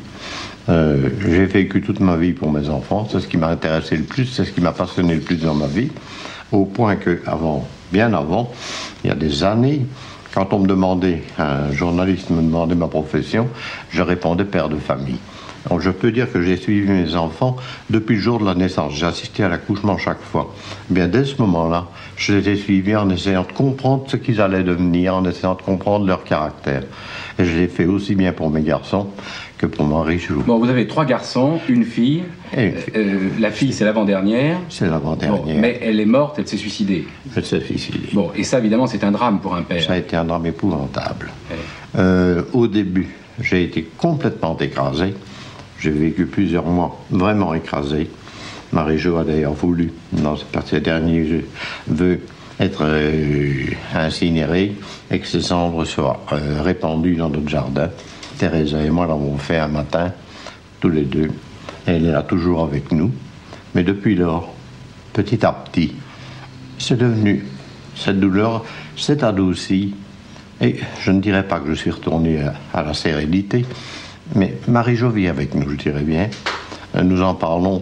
Speaker 1: J'ai vécu toute ma vie pour mes enfants, c'est ce qui m'a intéressé le plus, c'est ce qui m'a passionné le plus dans ma vie, au point que bien avant, il y a des années, quand on me demandait, un journaliste me demandait ma profession, je répondais père de famille. Donc je peux dire que j'ai suivi mes enfants depuis le jour de la naissance. J'ai assisté à l'accouchement chaque fois. Bien, dès ce moment-là, je les ai suivis en essayant de comprendre ce qu'ils allaient devenir, en essayant de comprendre leur caractère. Et je l'ai fait aussi bien pour mes garçons que pour Marie-Jo.
Speaker 11: Bon, vous avez 3 garçons, une fille.
Speaker 1: Et une fille.
Speaker 11: La fille, c'est l'avant-dernière.
Speaker 1: C'est l'avant-dernière.
Speaker 11: Bon, mais elle est morte, elle s'est suicidée.
Speaker 1: Elle s'est suicidée.
Speaker 11: Bon, et ça, évidemment, c'est un drame pour un père.
Speaker 1: Ça a été un drame épouvantable.
Speaker 11: Ouais.
Speaker 1: Au début, j'ai été complètement écrasé. J'ai vécu plusieurs mois vraiment écrasé. Marie-Jo a d'ailleurs voulu, dans ses derniers vœux, être incinérée et que ses cendres soient répandues dans notre jardin. Teresa et moi l'avons fait un matin, tous les deux. Elle est là toujours avec nous. Mais depuis lors, petit à petit, c'est devenu, cette douleur s'est adoucie. Et je ne dirais pas que je suis retourné à la sérénité, mais Marie-Jo vit avec nous, je dirais bien. Nous en parlons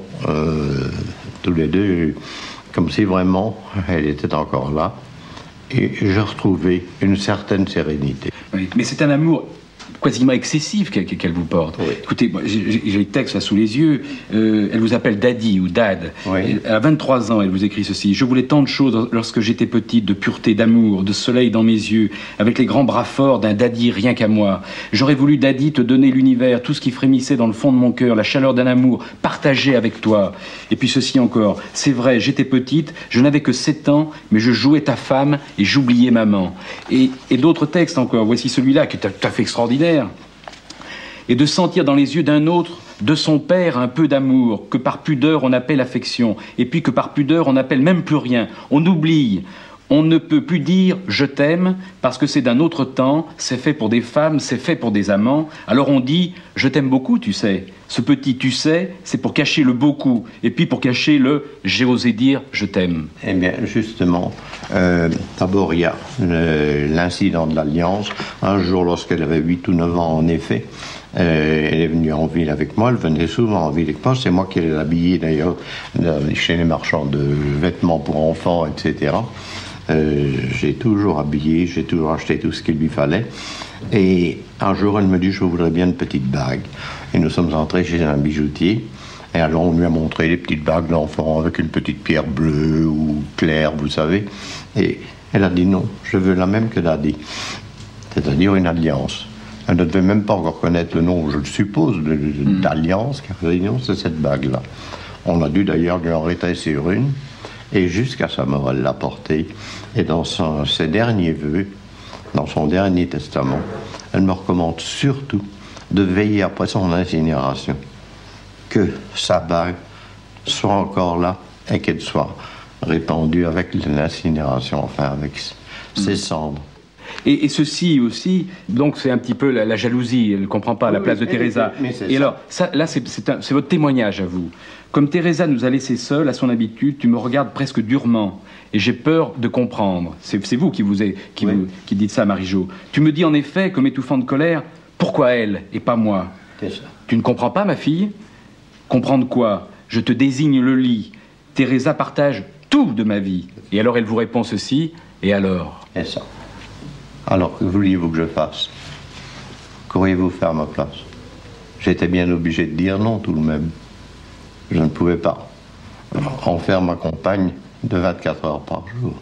Speaker 1: tous les deux comme si vraiment elle était encore là. Et j'ai retrouvé une certaine sérénité.
Speaker 11: Oui, mais c'est un amour quasiment excessif qu'elle vous porte.
Speaker 1: Oui.
Speaker 11: Écoutez, j'ai le texte là sous les yeux. Elle vous appelle Daddy ou Dad.
Speaker 1: Oui.
Speaker 11: Elle a 23 ans, elle vous écrit ceci. Je voulais tant de choses lorsque j'étais petite, de pureté, d'amour, de soleil dans mes yeux, avec les grands bras forts d'un Daddy rien qu'à moi. J'aurais voulu, Daddy, te donner l'univers, tout ce qui frémissait dans le fond de mon cœur, la chaleur d'un amour partagé avec toi. Et puis ceci encore. C'est vrai, j'étais petite, je n'avais que 7 ans, mais je jouais ta femme et j'oubliais maman. Et d'autres textes encore. Voici celui-là qui est tout à fait extraordinaire. Et de sentir dans les yeux d'un autre, de son père, un peu d'amour, que par pudeur on appelle affection, et puis que par pudeur on n'appelle même plus rien. On oublie, on ne peut plus dire « je t'aime » parce que c'est d'un autre temps, c'est fait pour des femmes, c'est fait pour des amants. Alors on dit « je t'aime beaucoup, tu sais ». Ce petit « tu sais », c'est pour cacher le « beaucoup », et puis pour cacher le « j'ai osé dire je t'aime ».
Speaker 1: Eh bien, justement, d'abord il y a l'incident de l'Alliance. Un jour, lorsqu'elle avait 8 ou 9 ans, en effet, elle est venue en ville avec moi, elle venait souvent en ville avec moi, c'est moi qui l'ai habillée d'ailleurs chez les marchands de vêtements pour enfants, etc. J'ai toujours habillé, j'ai toujours acheté tout ce qu'il lui fallait. Et un jour, elle me dit, je voudrais bien une petite bague. Et nous sommes entrés chez un bijoutier. Et alors, on lui a montré les petites bagues d'enfant avec une petite pierre bleue ou claire, vous savez. Et elle a dit non, je veux la même que Daddy. C'est-à-dire une alliance. Elle ne devait même pas encore connaître le nom, je le suppose, d'alliance, car elle a dit non, c'est cette bague-là. On a dû d'ailleurs lui en rétrécir une. Et jusqu'à sa mort, elle l'a portée. Et dans ses derniers vœux, dans son dernier testament, elle me recommande surtout de veiller après son incinération, que sa bague soit encore là et qu'elle soit répandue avec l'incinération, enfin avec ses cendres.
Speaker 11: Et ceci aussi, donc c'est un petit peu la jalousie, elle ne comprend pas, la place de Teresa. Et alors, ça, là, c'est votre témoignage à vous. Comme Teresa nous a laissés seuls, à son habitude, tu me regardes presque durement. Et j'ai peur de comprendre. C'est vous qui dites ça, Marie-Jo. Tu me dis en effet, comme étouffant de colère, pourquoi elle et pas moi?
Speaker 1: C'est ça.
Speaker 11: Tu ne comprends pas, ma fille? Comprendre quoi? Je te désigne le lit. Teresa partage tout de ma vie. Et alors elle vous répond ceci, et alors?
Speaker 1: Et ça. Alors, que vouliez-vous que je fasse? Qu'auriez-vous fait à ma place? J'étais bien obligé de dire non, tout de même. Je ne pouvais pas en faire ma compagne de 24 heures par jour.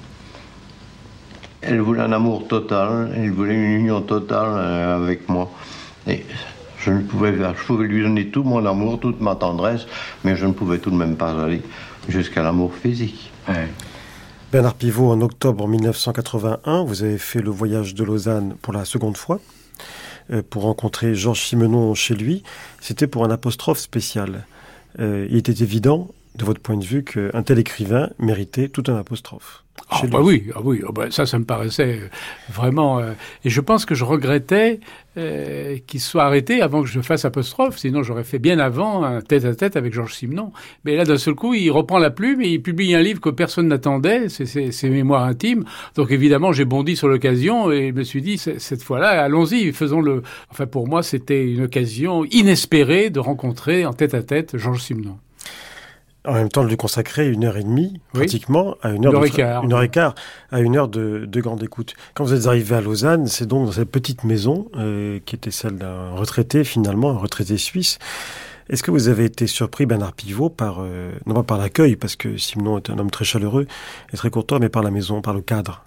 Speaker 1: Elle voulait un amour total, elle voulait une union totale avec moi. Et je pouvais lui donner tout mon amour, toute ma tendresse, mais je ne pouvais tout de même pas aller jusqu'à l'amour physique.
Speaker 11: Ouais.
Speaker 4: Bernard Pivot, en octobre 1981, vous avez fait le voyage de Lausanne pour la seconde fois, pour rencontrer Georges Simenon chez lui. C'était pour un apostrophe spécial. Il était évident, de votre point de vue, qu'un tel écrivain méritait tout un apostrophe.
Speaker 6: Oui, ça me paraissait vraiment... et je pense que je regrettais qu'il soit arrêté avant que je fasse apostrophe, sinon j'aurais fait bien avant un tête-à-tête avec Georges Simenon. Mais là, d'un seul coup, il reprend la plume et il publie un livre que personne n'attendait, c'est ses mémoires intimes. Donc évidemment, j'ai bondi sur l'occasion et je me suis dit, cette fois-là, allons-y, faisons-le. Enfin, pour moi, c'était une occasion inespérée de rencontrer en tête-à-tête Georges Simenon.
Speaker 4: En même temps, de lui consacrer 1h30, pratiquement, à une heure et quart, à une heure de grande écoute. Quand vous êtes arrivé à Lausanne, c'est donc dans cette petite maison, qui était celle d'un retraité, finalement, un retraité suisse. Est-ce que vous avez été surpris, Bernard Pivot, non pas par l'accueil, parce que Simenon est un homme très chaleureux et très courtois, mais par la maison, par le cadre?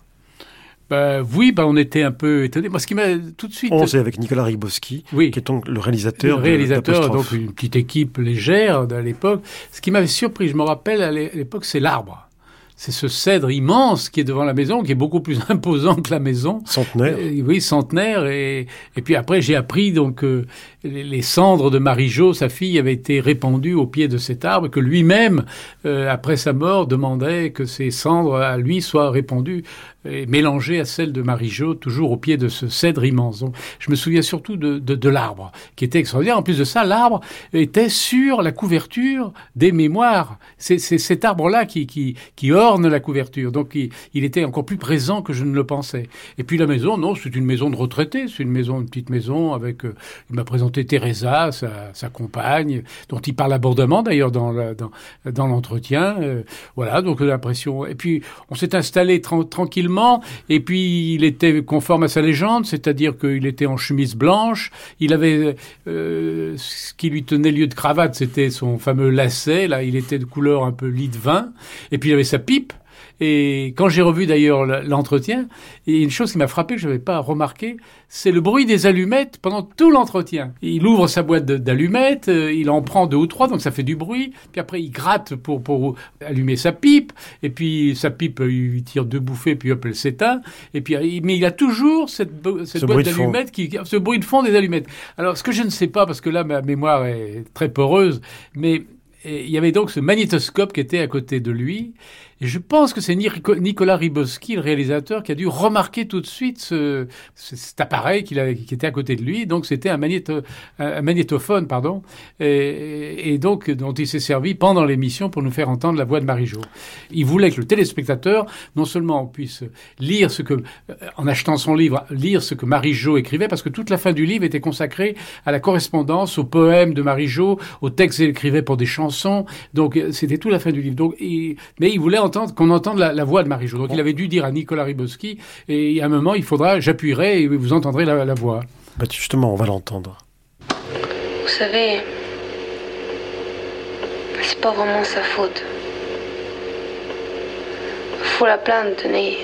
Speaker 6: On était un peu étonnés. Moi, ce qui m'a tout de suite...
Speaker 4: On sait avec Nicolas Ribowski, qui est donc le réalisateur.
Speaker 6: Donc une petite équipe légère à l'époque. Ce qui m'avait surpris, je me rappelle à l'époque, c'est l'arbre. C'est ce cèdre immense qui est devant la maison, qui est beaucoup plus imposant que la maison.
Speaker 4: Centenaire.
Speaker 6: Oui, centenaire. Et puis après, j'ai appris donc les cendres de Marie-Jo, sa fille, avaient été répandues au pied de cet arbre, que lui-même, après sa mort, demandait que ces cendres à lui soient répandues et mélangées à celles de Marie-Jo, toujours au pied de ce cèdre immense. Donc, je me souviens surtout de l'arbre, qui était extraordinaire. En plus de ça, l'arbre était sur la couverture des mémoires. C'est cet arbre-là qui orne la couverture. Donc, il était encore plus présent que je ne le pensais. Et puis la maison, non, c'est une maison de retraité. C'est une petite maison avec... il m'a présenté Teresa, sa compagne, dont il parle abondamment d'ailleurs dans l'entretien. Voilà, donc l'impression... Et puis, on s'est installé tranquillement. Et puis, il était conforme à sa légende, c'est-à-dire qu'il était en chemise blanche. Il avait... ce qui lui tenait lieu de cravate, c'était son fameux lacet. Là, il était de couleur un peu lit de vin. Et puis, il avait sa pipe. Et quand j'ai revu d'ailleurs l'entretien, et une chose qui m'a frappé, que je n'avais pas remarqué, c'est le bruit des allumettes pendant tout l'entretien. Il ouvre sa boîte d'allumettes, il en prend 2 ou 3, donc ça fait du bruit. Puis après, il gratte pour allumer sa pipe. Et puis sa pipe, il tire 2 bouffées, puis hop, elle s'éteint. Et puis, mais il a toujours cette boîte d'allumettes, ce bruit de fond des allumettes. Alors, ce que je ne sais pas, parce que là, ma mémoire est très poreuse, mais il y avait donc ce magnétoscope qui était à côté de lui. Et je pense que c'est Nicolas Ribowski, le réalisateur, qui a dû remarquer tout de suite cet appareil qui était à côté de lui. Donc c'était un magnétophone, pardon, et donc dont il s'est servi pendant l'émission pour nous faire entendre la voix de Marie-Jo. Il voulait que le téléspectateur, non seulement puisse lire en achetant son livre, lire ce que Marie-Jo écrivait, parce que toute la fin du livre était consacrée à la correspondance, aux poèmes de Marie-Jo, aux textes qu'elle écrivait pour des chansons. Donc c'était toute la fin du livre. Donc, mais il voulait qu'on entende la voix de Marie-Jo. Donc il avait dû dire à Nicolas Ribowski, et à un moment, j'appuierai et vous entendrez la voix.
Speaker 4: Justement, on va l'entendre.
Speaker 12: Vous savez, c'est pas vraiment sa faute. Faut la plaindre, tenez.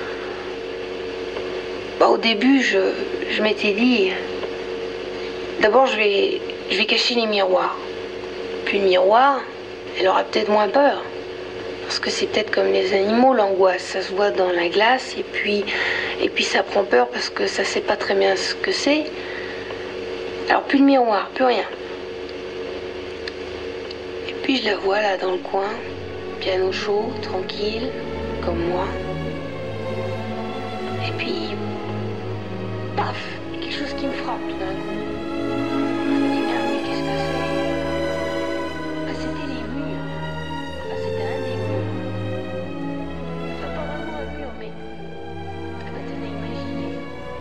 Speaker 12: Au début, je m'étais dit, d'abord je vais cacher les miroirs. Puis le miroir, elle aura peut-être moins peur. Parce que c'est peut-être comme les animaux, l'angoisse. Ça se voit dans la glace et puis ça prend peur parce que ça sait pas très bien ce que c'est. Alors plus de miroir, plus rien. Et puis je la vois là dans le coin, piano chaud, tranquille, comme moi. Et puis paf, quelque chose qui me frappe tout d'un coup. Je me dis, merde, mais qu'est-ce que c'est? Ah, c'était les murs. Ah, c'était un des murs. Enfin, pas vraiment un mur, mais... Ah, bah, tenez, imaginez.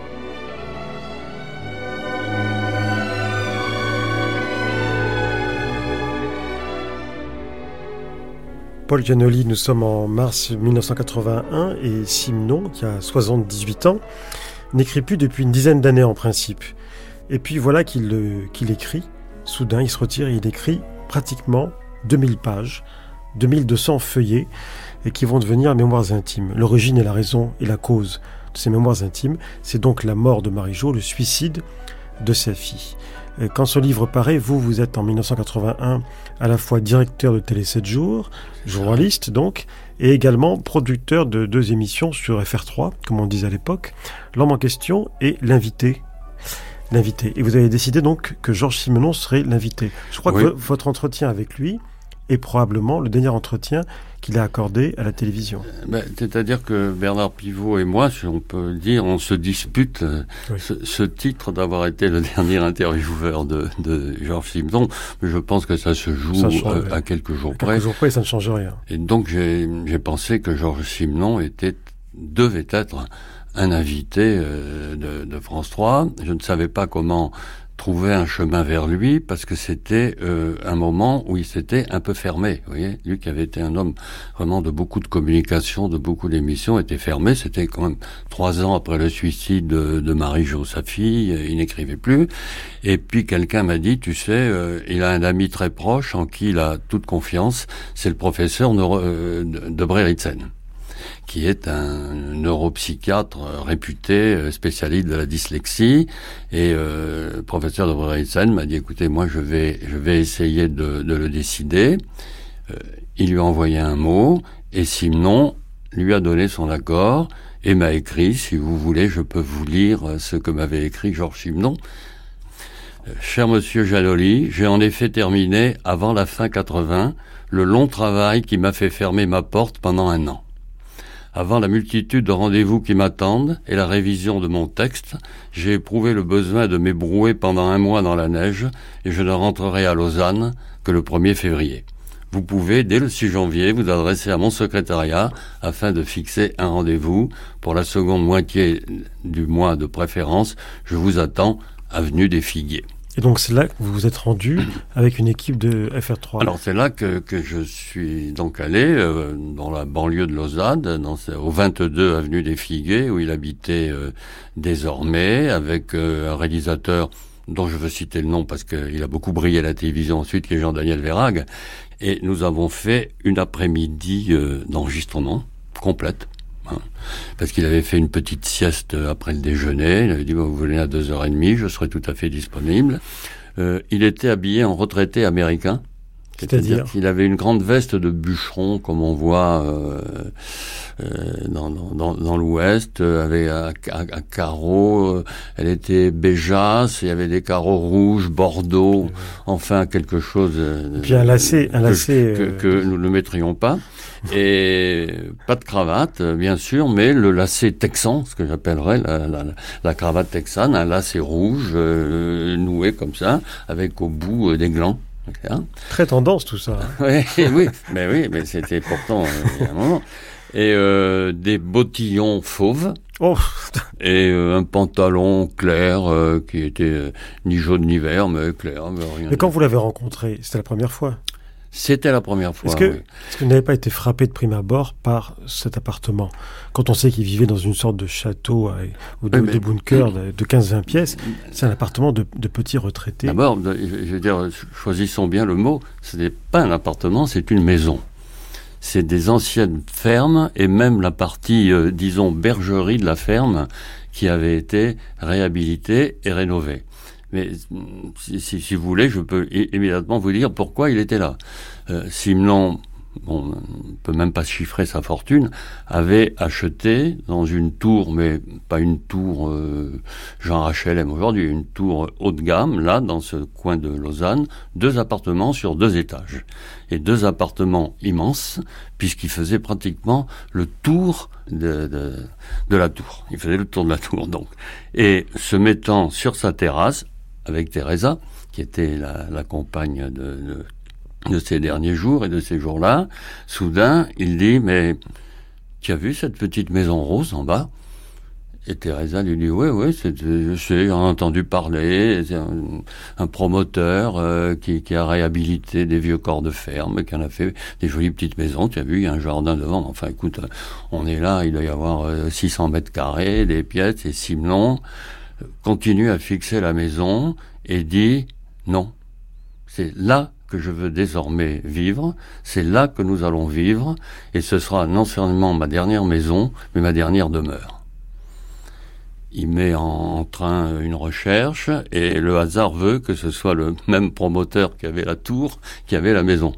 Speaker 4: Paul Giannoli, nous sommes en mars 1981 et Simenon, qui a 78 ans, n'écrit plus depuis une dizaine d'années en principe. Et puis voilà qu'il écrit, soudain il se retire et il écrit pratiquement 2000 pages, 2200 feuillets, et qui vont devenir mémoires intimes. L'origine et la raison et la cause de ces mémoires intimes, c'est donc la mort de Marie-Jo, le suicide de sa fille. Quand ce livre paraît, vous êtes en 1981 à la fois directeur de Télé 7 jours, journaliste donc, et également producteur de 2 émissions sur FR3, comme on disait à l'époque. L'homme en question est l'invité. Et vous avez décidé donc que Georges Simenon serait l'invité. Je crois que votre entretien avec lui est probablement le dernier entretien qu'il a accordé à la télévision.
Speaker 9: C'est-à-dire que Bernard Pivot et moi, si on peut dire, on se dispute ce titre d'avoir été le dernier intervieweur de Georges Simenon, mais je pense que ça se joue à quelques jours près.
Speaker 4: Quelques jours près, ça ne change rien.
Speaker 9: Et donc j'ai pensé que Georges Simenon devait être un invité de France 3. Je ne savais pas comment trouver un chemin vers lui, parce que c'était un moment où il s'était un peu fermé. Vous voyez, lui qui avait été un homme vraiment de beaucoup de communication, de beaucoup d'émissions, était fermé. C'était quand même 3 ans après le suicide de Marie-Jo, sa fille. Il n'écrivait plus. Et puis quelqu'un m'a dit, tu sais, il a un ami très proche en qui il a toute confiance. C'est le professeur de Breiritzen, qui est un neuropsychiatre réputé, spécialiste de la dyslexie. Et le professeur de Breiritzen m'a dit, écoutez, moi je vais essayer de le décider. Il lui a envoyé un mot, et Simenon lui a donné son accord, et m'a écrit, si vous voulez, je peux vous lire ce que m'avait écrit Georges Simenon. Cher monsieur Giannoli, j'ai en effet terminé, avant la fin 80, le long travail qui m'a fait fermer ma porte pendant 1 an. Avant la multitude de rendez-vous qui m'attendent et la révision de mon texte, j'ai éprouvé le besoin de m'ébrouer pendant 1 mois dans la neige et je ne rentrerai à Lausanne que le 1er février. Vous pouvez, dès le 6 janvier, vous adresser à mon secrétariat afin de fixer un rendez-vous pour la seconde moitié du mois de préférence. Je vous attends, avenue des Figuiers.
Speaker 4: Et donc c'est là que vous vous êtes rendu avec une équipe de FR3.
Speaker 9: Alors c'est là que je suis donc allé dans la banlieue de Lausanne, au 22 avenue des Figuiers, où il habitait désormais, avec un réalisateur dont je veux citer le nom parce qu'il a beaucoup brillé à la télévision ensuite, qui est Jean-Daniel Verhaeghe. Et nous avons fait une après-midi d'enregistrement complète. Parce qu'il avait fait une petite sieste après le déjeuner. Il avait dit, vous venez à 2h30, je serai tout à fait disponible. Il était habillé en retraité américain. C'est-à-dire qu'il avait une grande veste de bûcheron, comme on voit dans l'Ouest, avec un carreau. Elle était beigeasse, il y avait des carreaux rouges, bordeaux, enfin quelque chose.
Speaker 4: Puis un lacet
Speaker 9: que nous ne mettrions pas. Et pas de cravate, bien sûr, mais le lacet texan, ce que j'appellerais la cravate texane, un lacet rouge noué comme ça, avec au bout des glands. Hein.
Speaker 4: Très tendance tout ça.
Speaker 9: Oui, mais c'était pourtant il y a un moment. Et des bottillons fauves.
Speaker 4: Oh.
Speaker 9: Et un pantalon clair qui était ni jaune ni vert, mais clair.
Speaker 4: Mais quand vous l'avez rencontré, c'était la première fois?
Speaker 9: C'était la première fois.
Speaker 4: Est-ce que vous n'avez pas été frappé de prime abord par cet appartement? Quand on sait qu'il vivait dans une sorte de château ou de bunker de 15-20 pièces, c'est un appartement de petits retraités.
Speaker 9: D'abord, je veux dire, choisissons bien le mot, ce n'est pas un appartement, c'est une maison. C'est des anciennes fermes et même la partie, disons, bergerie de la ferme qui avait été réhabilitée et rénovée. Mais si vous voulez, je peux immédiatement vous dire pourquoi il était là. Simenon on ne peut même pas chiffrer sa fortune, avait acheté dans une tour, mais pas une tour genre HLM aujourd'hui, une tour haut de gamme, là, dans ce coin de Lausanne, 2 appartements sur 2 étages. Et 2 appartements immenses, puisqu'ils faisaient pratiquement le tour de la tour. Il faisait le tour de la tour, donc. Et se mettant sur sa terrasse, avec Teresa, qui était la compagne de ces derniers jours et de ces jours-là, soudain, il dit, mais tu as vu cette petite maison rose en bas? Et Teresa lui dit, oui, je sais, j'en ai entendu parler, c'est un promoteur qui a réhabilité des vieux corps de ferme, qui en a fait des jolies petites maisons, tu as vu, il y a un jardin devant, enfin écoute, on est là, il doit y avoir 600 mètres carrés, des pièces, et Simenon continue à fixer la maison et dit, non, c'est là que je veux désormais vivre, c'est là que nous allons vivre, et ce sera non seulement ma dernière maison, mais ma dernière demeure. Il met en train une recherche, et le hasard veut que ce soit le même promoteur qui avait la tour, qui avait la maison.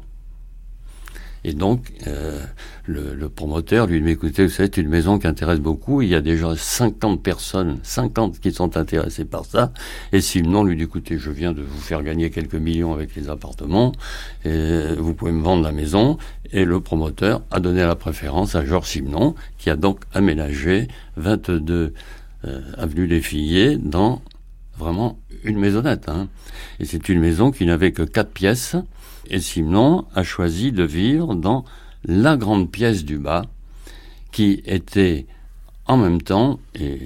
Speaker 9: Et donc, le promoteur lui dit, écoutez, c'est une maison qui intéresse beaucoup, il y a déjà 50 personnes, 50 qui sont intéressées par ça, et Simenon lui dit, écoutez, je viens de vous faire gagner quelques millions avec les appartements, et vous pouvez me vendre la maison, et le promoteur a donné la préférence à Georges Simenon, qui a donc aménagé 22 avenue des Filles dans vraiment une maisonnette, hein. Et c'est une maison qui n'avait que 4 pièces, et Simenon a choisi de vivre dans la grande pièce du bas, qui était en même temps, et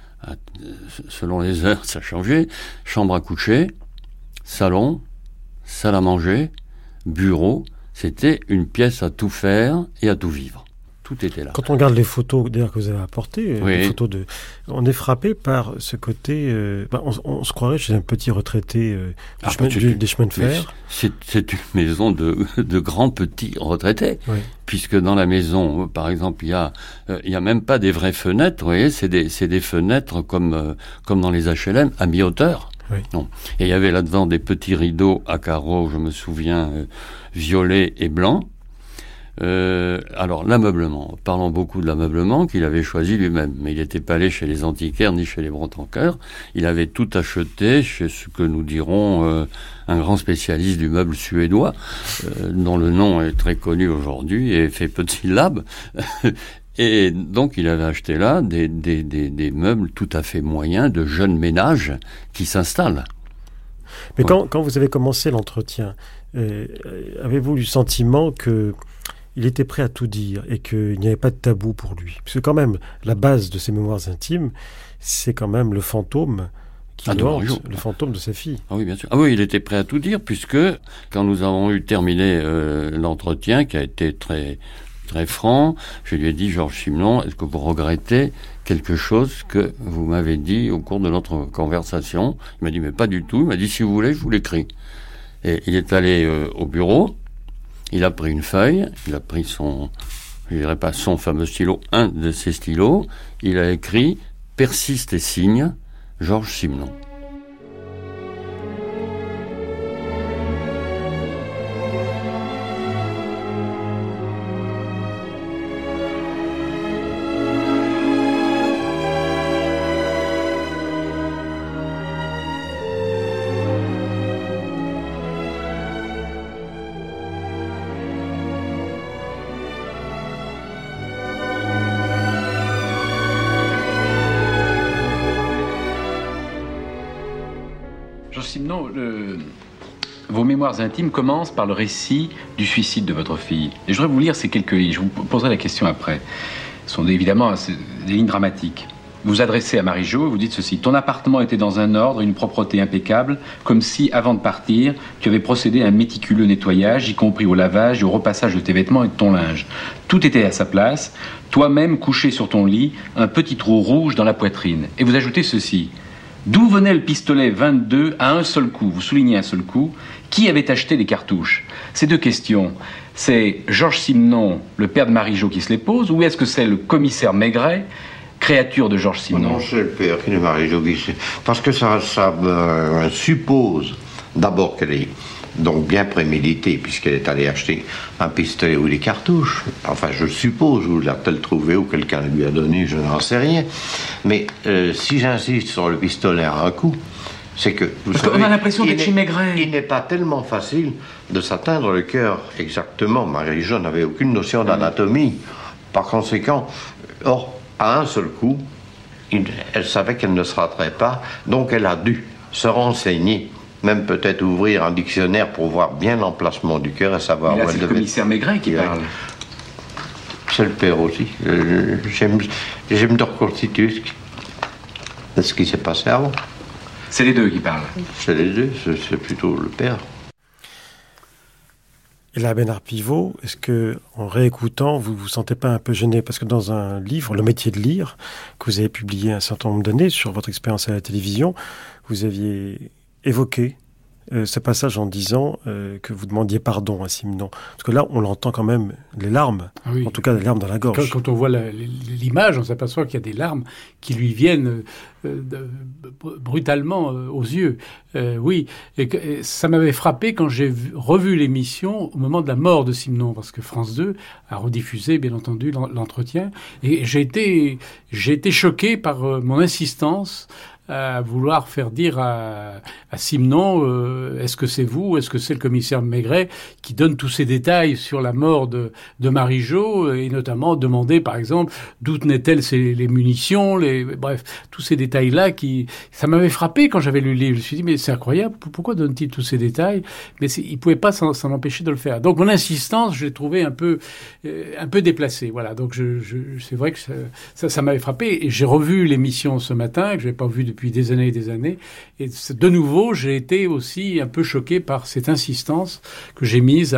Speaker 9: selon les heures ça changeait, chambre à coucher, salon, salle à manger, bureau, c'était une pièce à tout faire et à tout vivre. Tout était là.
Speaker 4: Quand on regarde les photos d'ailleurs que vous avez apportées,
Speaker 9: oui.
Speaker 4: Les photos on est frappé par ce côté. On se croirait chez un petit retraité des chemins de fer.
Speaker 9: C'est une maison de grands petits retraités, oui. Puisque dans la maison, par exemple, il y a même pas des vraies fenêtres. Vous voyez, c'est des fenêtres comme dans les HLM à mi-hauteur. Oui. Non. Et il y avait là-dedans des petits rideaux à carreaux, je me souviens, violets et blancs. Alors l'ameublement, parlons beaucoup de l'ameublement qu'il avait choisi lui-même, mais il n'était pas allé chez les antiquaires ni chez les brocanqueurs, il avait tout acheté chez ce que nous dirons un grand spécialiste du meuble suédois, dont le nom est très connu aujourd'hui et fait petit lab. Et donc il avait acheté là des meubles tout à fait moyens de jeunes ménages qui s'installent.
Speaker 4: Mais ouais. Quand vous avez commencé l'entretien, avez-vous le sentiment que il était prêt à tout dire et qu'il n'y avait pas de tabou pour lui? Parce que quand même, la base de ses mémoires intimes, c'est quand même le fantôme qui hante, le fantôme de sa fille.
Speaker 9: Ah oui, bien sûr. Ah oui, il était prêt à tout dire, puisque quand nous avons terminé l'entretien, qui a été très, très franc, je lui ai dit, Georges Simenon, est-ce que vous regrettez quelque chose que vous m'avez dit au cours de notre conversation? Il m'a dit, mais pas du tout. Il m'a dit, si vous voulez, je vous l'écris. Et il est allé au bureau. Il a pris une feuille, il a pris je dirais pas son fameux stylo, un de ses stylos, il a écrit « Persiste et signe, Georges Simenon ».
Speaker 11: Simenon, vos mémoires intimes commencent par le récit du suicide de votre fille. Et je voudrais vous lire ces quelques lignes, je vous poserai la question après. Ce sont évidemment des lignes dramatiques. Vous vous adressez à Marie-Jo et vous dites ceci. Ton appartement était dans un ordre et une propreté impeccable, comme si, avant de partir, tu avais procédé à un méticuleux nettoyage, y compris au lavage et au repassage de tes vêtements et de ton linge. Tout était à sa place, toi-même couché sur ton lit, un petit trou rouge dans la poitrine. Et vous ajoutez ceci. D'où venait le pistolet 22 à un seul coup? Vous soulignez un seul coup. Qui avait acheté les cartouches? Ces deux questions, c'est Georges Simenon, le père de Marie-Jo, qui se les pose, ou est-ce que c'est le commissaire Maigret, créature de Georges Simenon?
Speaker 1: Non, c'est le père qui est Marie-Jo. Parce que ça suppose D'abord qu'elle est donc bien préméditée, puisqu'elle est allée acheter un pistolet ou des cartouches. Enfin, je suppose, où l'a-t-elle trouvé, ou quelqu'un lui a donné, je n'en sais rien. Mais si j'insiste sur le pistolet à un coup, c'est que, vous savez,
Speaker 11: on a l'impression d'être chez Maigret.
Speaker 1: Il n'est pas tellement facile de s'atteindre le cœur exactement. Marie-Jo n'avait aucune notion d'anatomie. Par conséquent, à un seul coup, elle savait qu'elle ne se raterait pas, donc elle a dû se renseigner, même peut-être ouvrir un dictionnaire pour voir bien l'emplacement du cœur et savoir
Speaker 11: où elle
Speaker 1: devait...
Speaker 11: C'est le commissaire Maigret qui parle.
Speaker 1: C'est le père aussi. J'aime de reconstituer ce qui s'est passé avant.
Speaker 11: C'est les deux qui parlent.
Speaker 1: C'est les deux, c'est plutôt le père.
Speaker 4: Et là, Bernard Pivot, est-ce que, en réécoutant, vous vous sentez pas un peu gêné? Parce que dans un livre, Le métier de lire, que vous avez publié un certain nombre d'années sur votre expérience à la télévision, vous aviez évoqué ce passage en disant que vous demandiez pardon à Simenon. Parce que là, on l'entend quand même, les larmes,
Speaker 6: oui.
Speaker 4: En tout cas les larmes dans la gorge.
Speaker 6: Quand on voit l'image, on s'apersvoit qu'il y a des larmes qui lui viennent brutalement aux yeux. Oui, et ça m'avait frappé quand j'ai revu l'émission au moment de la mort de Simenon, parce que France 2 a rediffusé, bien entendu, l'entretien. Et j'ai été choqué par mon insistance à vouloir faire dire à Simenon, est-ce que c'est vous, est-ce que c'est le commissaire Maigret qui donne tous ces détails sur la mort de Marie-Jo, et notamment demander, par exemple, d'où tenaient-elles les munitions, bref, tous ces détails-là ça m'avait frappé quand j'avais lu le livre. Je me suis dit, mais c'est incroyable, pourquoi donne-t-il tous ces détails? Mais il pouvait pas s'en empêcher de le faire. Donc mon insistance, je l'ai trouvée un peu déplacée. Voilà, donc c'est vrai que ça m'avait frappé, et j'ai revu l'émission ce matin, que je n'avais pas vu depuis des années et des années. Et de nouveau, j'ai été aussi un peu choqué par cette insistance que j'ai mise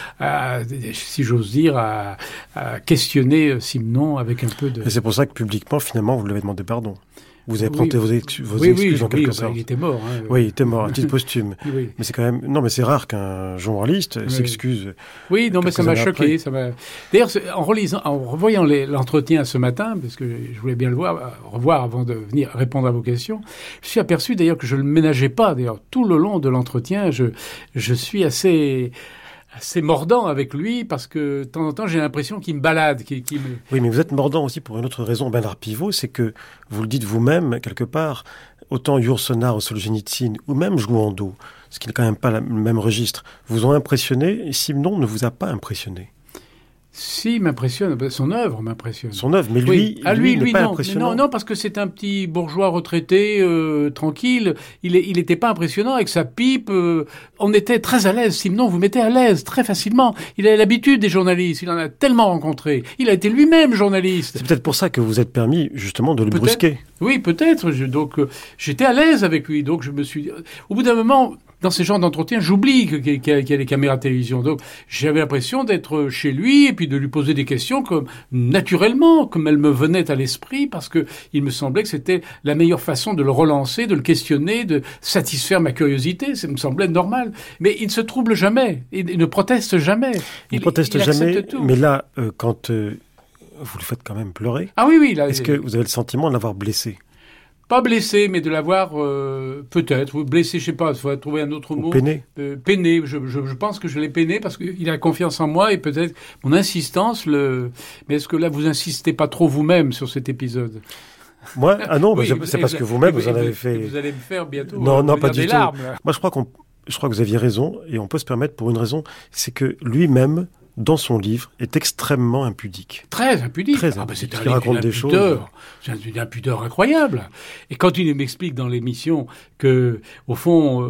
Speaker 6: si j'ose dire, à questionner Simenon avec un peu de...
Speaker 4: Et c'est pour ça que publiquement, finalement, vous lui avez demandé pardon. Vous avez présenté vos excuses en quelque sorte.
Speaker 6: Il était mort. Hein,
Speaker 4: oui, il était mort, un titre posthume.
Speaker 6: Oui.
Speaker 4: Mais c'est quand même... Non, mais c'est rare qu'un journaliste s'excuse.
Speaker 6: Oui, non, mais ça m'a choqué. D'ailleurs, en revoyant l'entretien ce matin, parce que je voulais bien revoir avant de venir répondre à vos questions, je suis aperçu d'ailleurs que je ne le ménageais pas. D'ailleurs, tout le long de l'entretien, je suis assez mordant avec lui, parce que de temps en temps, j'ai l'impression qu'il me balade.
Speaker 4: Oui, mais vous êtes mordant aussi pour une autre raison, Bernard Pivot, c'est que vous le dites vous-même, quelque part, autant Yourcenar ou Solzhenitsyn, ou même Jouando, ce qui n'est quand même pas le même registre, vous ont impressionné, et Simenon ne vous a pas impressionné.
Speaker 6: Si, il m'impressionne. Son œuvre m'impressionne.
Speaker 4: Son œuvre, mais lui,
Speaker 6: oui.
Speaker 4: lui n'est pas impressionnant.
Speaker 6: Non, parce que c'est un petit bourgeois retraité, tranquille. Il n'était pas impressionnant avec sa pipe. On était très à l'aise. Simenon vous mettez à l'aise très facilement. Il a l'habitude des journalistes. Il en a tellement rencontré. Il a été lui-même journaliste.
Speaker 4: C'est peut-être pour ça que vous êtes permis, justement, de le brusquer.
Speaker 6: Oui, peut-être. Donc, j'étais à l'aise avec lui. Donc, je me suis... Au bout d'un moment... Dans ces genres d'entretien, j'oublie qu'il y a des caméras de télévision. Donc, j'avais l'impression d'être chez lui et puis de lui poser des questions naturellement, comme elles me venaient à l'esprit, parce que il me semblait que c'était la meilleure façon de le relancer, de le questionner, de satisfaire ma curiosité. Ça me semblait normal. Mais il ne se trouble jamais. Il ne proteste jamais.
Speaker 4: Il proteste jamais. Tout. Mais là, quand vous le faites quand même pleurer.
Speaker 6: Ah oui. Là,
Speaker 4: est-ce que vous avez le sentiment de l'avoir blessé?
Speaker 6: Pas blessé, mais de l'avoir peut-être. Blessé, je sais pas, il faudrait trouver un autre mot.
Speaker 4: Peiné.
Speaker 6: Peiné, je pense que je l'ai peiné parce qu'il a confiance en moi et peut-être mon insistance Mais est-ce que là, vous insistez pas trop vous-même sur cet épisode?
Speaker 4: Moi? Ah non, oui, c'est parce que vous-même, vous en avez fait...
Speaker 6: Vous allez me faire bientôt...
Speaker 4: Non, pas du tout. Larmes, moi, je crois que vous aviez raison, et on peut se permettre pour une raison, c'est que lui-même, dans son livre, est extrêmement impudique.
Speaker 6: Très impudique.
Speaker 4: C'est un livre raconte des choses.
Speaker 6: C'est une impudeur incroyable. Et quand il m'explique dans l'émission que, au fond,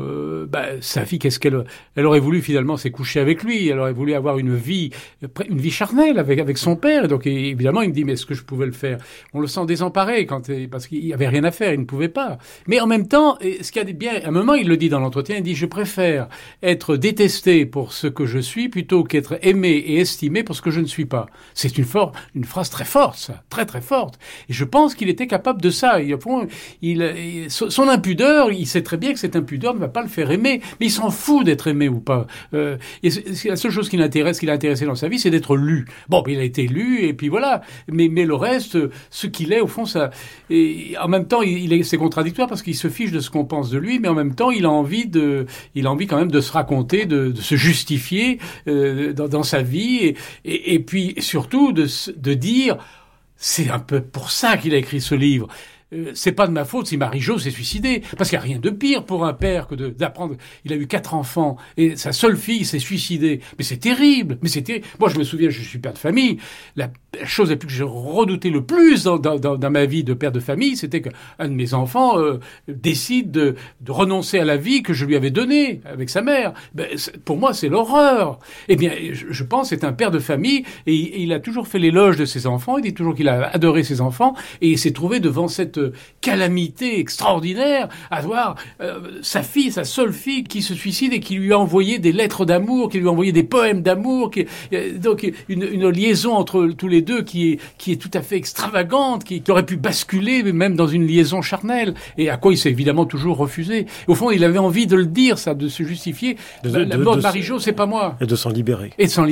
Speaker 6: sa fille, elle aurait voulu finalement s'est couchée avec lui. Elle aurait voulu avoir une vie charnelle avec son père. Et donc, évidemment, il me dit, mais est-ce que je pouvais le faire? On le sent désemparé parce qu'il y avait rien à faire. Il ne pouvait pas. Mais en même temps, ce qu'il y a de bien, à un moment, il le dit dans l'entretien, il dit, je préfère être détesté pour ce que je suis plutôt qu'être aimé
Speaker 13: et estimé pour ce que je ne suis pas. C'est une phrase très forte, ça, très très forte. Et je pense qu'il était capable de ça. Son impudeur, il sait très bien que cette impudeur ne va pas le faire aimer, mais il s'en fout d'être aimé ou pas. Et la seule chose qui l'a intéressé dans sa vie, c'est d'être lu. Bon, il a été lu, et puis voilà. Mais le reste, ce qu'il est, au fond, ça... Et en même temps, c'est contradictoire parce qu'il se fiche de ce qu'on pense de lui, mais en même temps, il a envie quand même de se raconter, de se justifier dans sa vie, et puis surtout de dire, c'est un peu pour ça qu'il a écrit ce livre. C'est pas de ma faute si Marie-Jo s'est suicidée, parce qu'il n'y a rien de pire pour un père que d'apprendre. Il a eu 4 enfants et sa seule fille s'est suicidée. Mais c'est terrible. Moi, je me souviens, je suis père de famille. La chose la plus que j'ai redouté le plus dans ma vie de père de famille, c'était qu'un de mes enfants décide de renoncer à la vie que je lui avais donnée avec sa mère. Pour moi, c'est l'horreur. Eh bien, je pense que c'est un père de famille et il a toujours fait l'éloge de ses enfants. Il dit toujours qu'il a adoré ses enfants et il s'est trouvé devant cette calamité extraordinaire à voir sa seule fille qui se suicide et qui lui a envoyé des lettres d'amour, qui lui a envoyé des poèmes d'amour, donc une liaison entre tous les deux qui est tout à fait extravagante, qui aurait pu basculer même dans une liaison charnelle, et à quoi il s'est évidemment toujours refusé. Au fond, il avait envie de le dire, ça, de se justifier. La mort de Marie-Jo, c'est pas moi.
Speaker 4: Et de s'en libérer.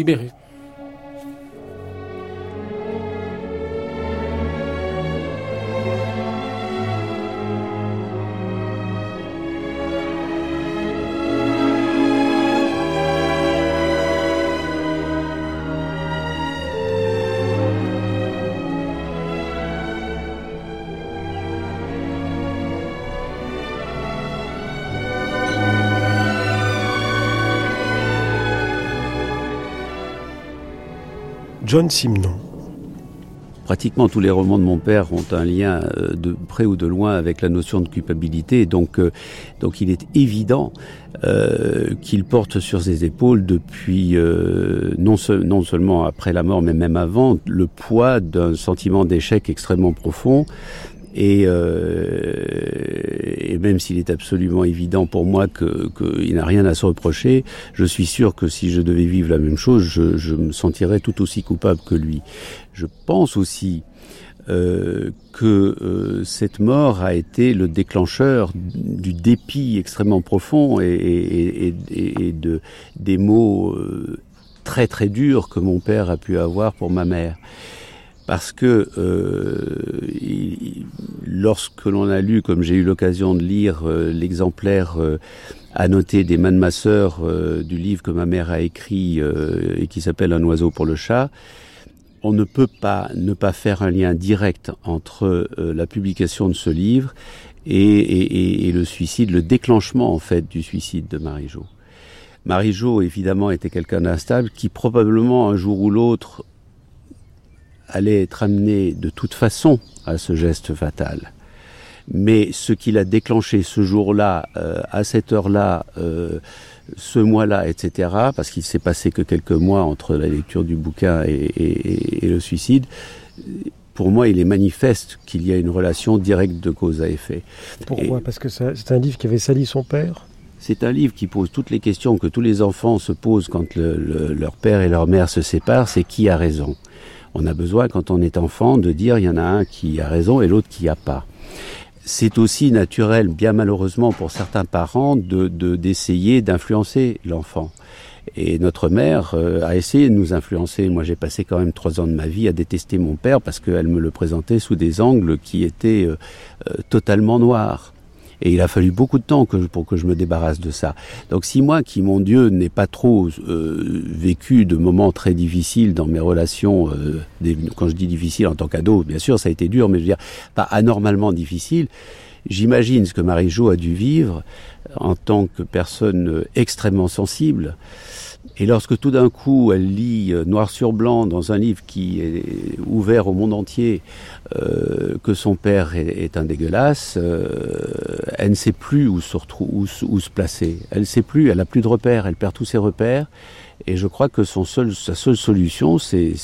Speaker 4: John Simenon.
Speaker 10: Pratiquement tous les romans de mon père ont un lien de près ou de loin avec la notion de culpabilité, donc il est évident qu'il porte sur ses épaules depuis non seulement après la mort, mais même avant, le poids d'un sentiment d'échec extrêmement profond. Et même s'il est absolument évident pour moi qu'il n'a rien à se reprocher, je suis sûr que si je devais vivre la même chose, je me sentirais tout aussi coupable que lui. Je pense aussi que cette mort a été le déclencheur du dépit extrêmement profond et des mots très très durs que mon père a pu avoir pour ma mère. Parce que lorsque l'on a lu, comme j'ai eu l'occasion de lire, l'exemplaire annoté des mains de ma sœur du livre que ma mère a écrit et qui s'appelle « Un oiseau pour le chat », on ne peut pas ne pas faire un lien direct entre la publication de ce livre et le suicide, le déclenchement en fait du suicide de Marie-Jo. Marie-Jo, évidemment, était quelqu'un d'instable qui probablement un jour ou l'autre allait être amené de toute façon à ce geste fatal. Mais ce qui l'a déclenché ce jour-là, à cette heure-là, ce mois-là, etc., parce qu'il s'est passé que quelques mois entre la lecture du bouquin et le suicide, pour moi, il est manifeste qu'il y a une relation directe de cause à effet.
Speaker 4: Pourquoi ? Parce que c'est un livre qui avait sali son père ?
Speaker 10: C'est un livre qui pose toutes les questions que tous les enfants se posent quand leur père et leur mère se séparent, c'est qui a raison ? On a besoin, quand on est enfant, de dire il y en a un qui a raison et l'autre qui n'a pas. C'est aussi naturel, bien malheureusement pour certains parents, d'essayer d'influencer l'enfant. Et notre mère a essayé de nous influencer. Moi, j'ai passé quand même 3 ans de ma vie à détester mon père parce qu'elle me le présentait sous des angles qui étaient totalement noirs. Et il a fallu beaucoup de temps pour que je me débarrasse de ça. Donc si moi, qui, mon Dieu, n'ai pas trop vécu de moments très difficiles dans mes relations, quand je dis difficiles en tant qu'ado, bien sûr, ça a été dur, mais je veux dire, pas anormalement difficile, j'imagine ce que Marie-Jo a dû vivre en tant que personne extrêmement sensible. Et lorsque tout d'un coup, elle lit noir sur blanc dans un livre qui est ouvert au monde entier que son père est un dégueulasse, elle ne sait plus où se placer. Elle ne sait plus, elle n'a plus de repères, elle perd tous ses repères. Et je crois que sa seule solution, c'est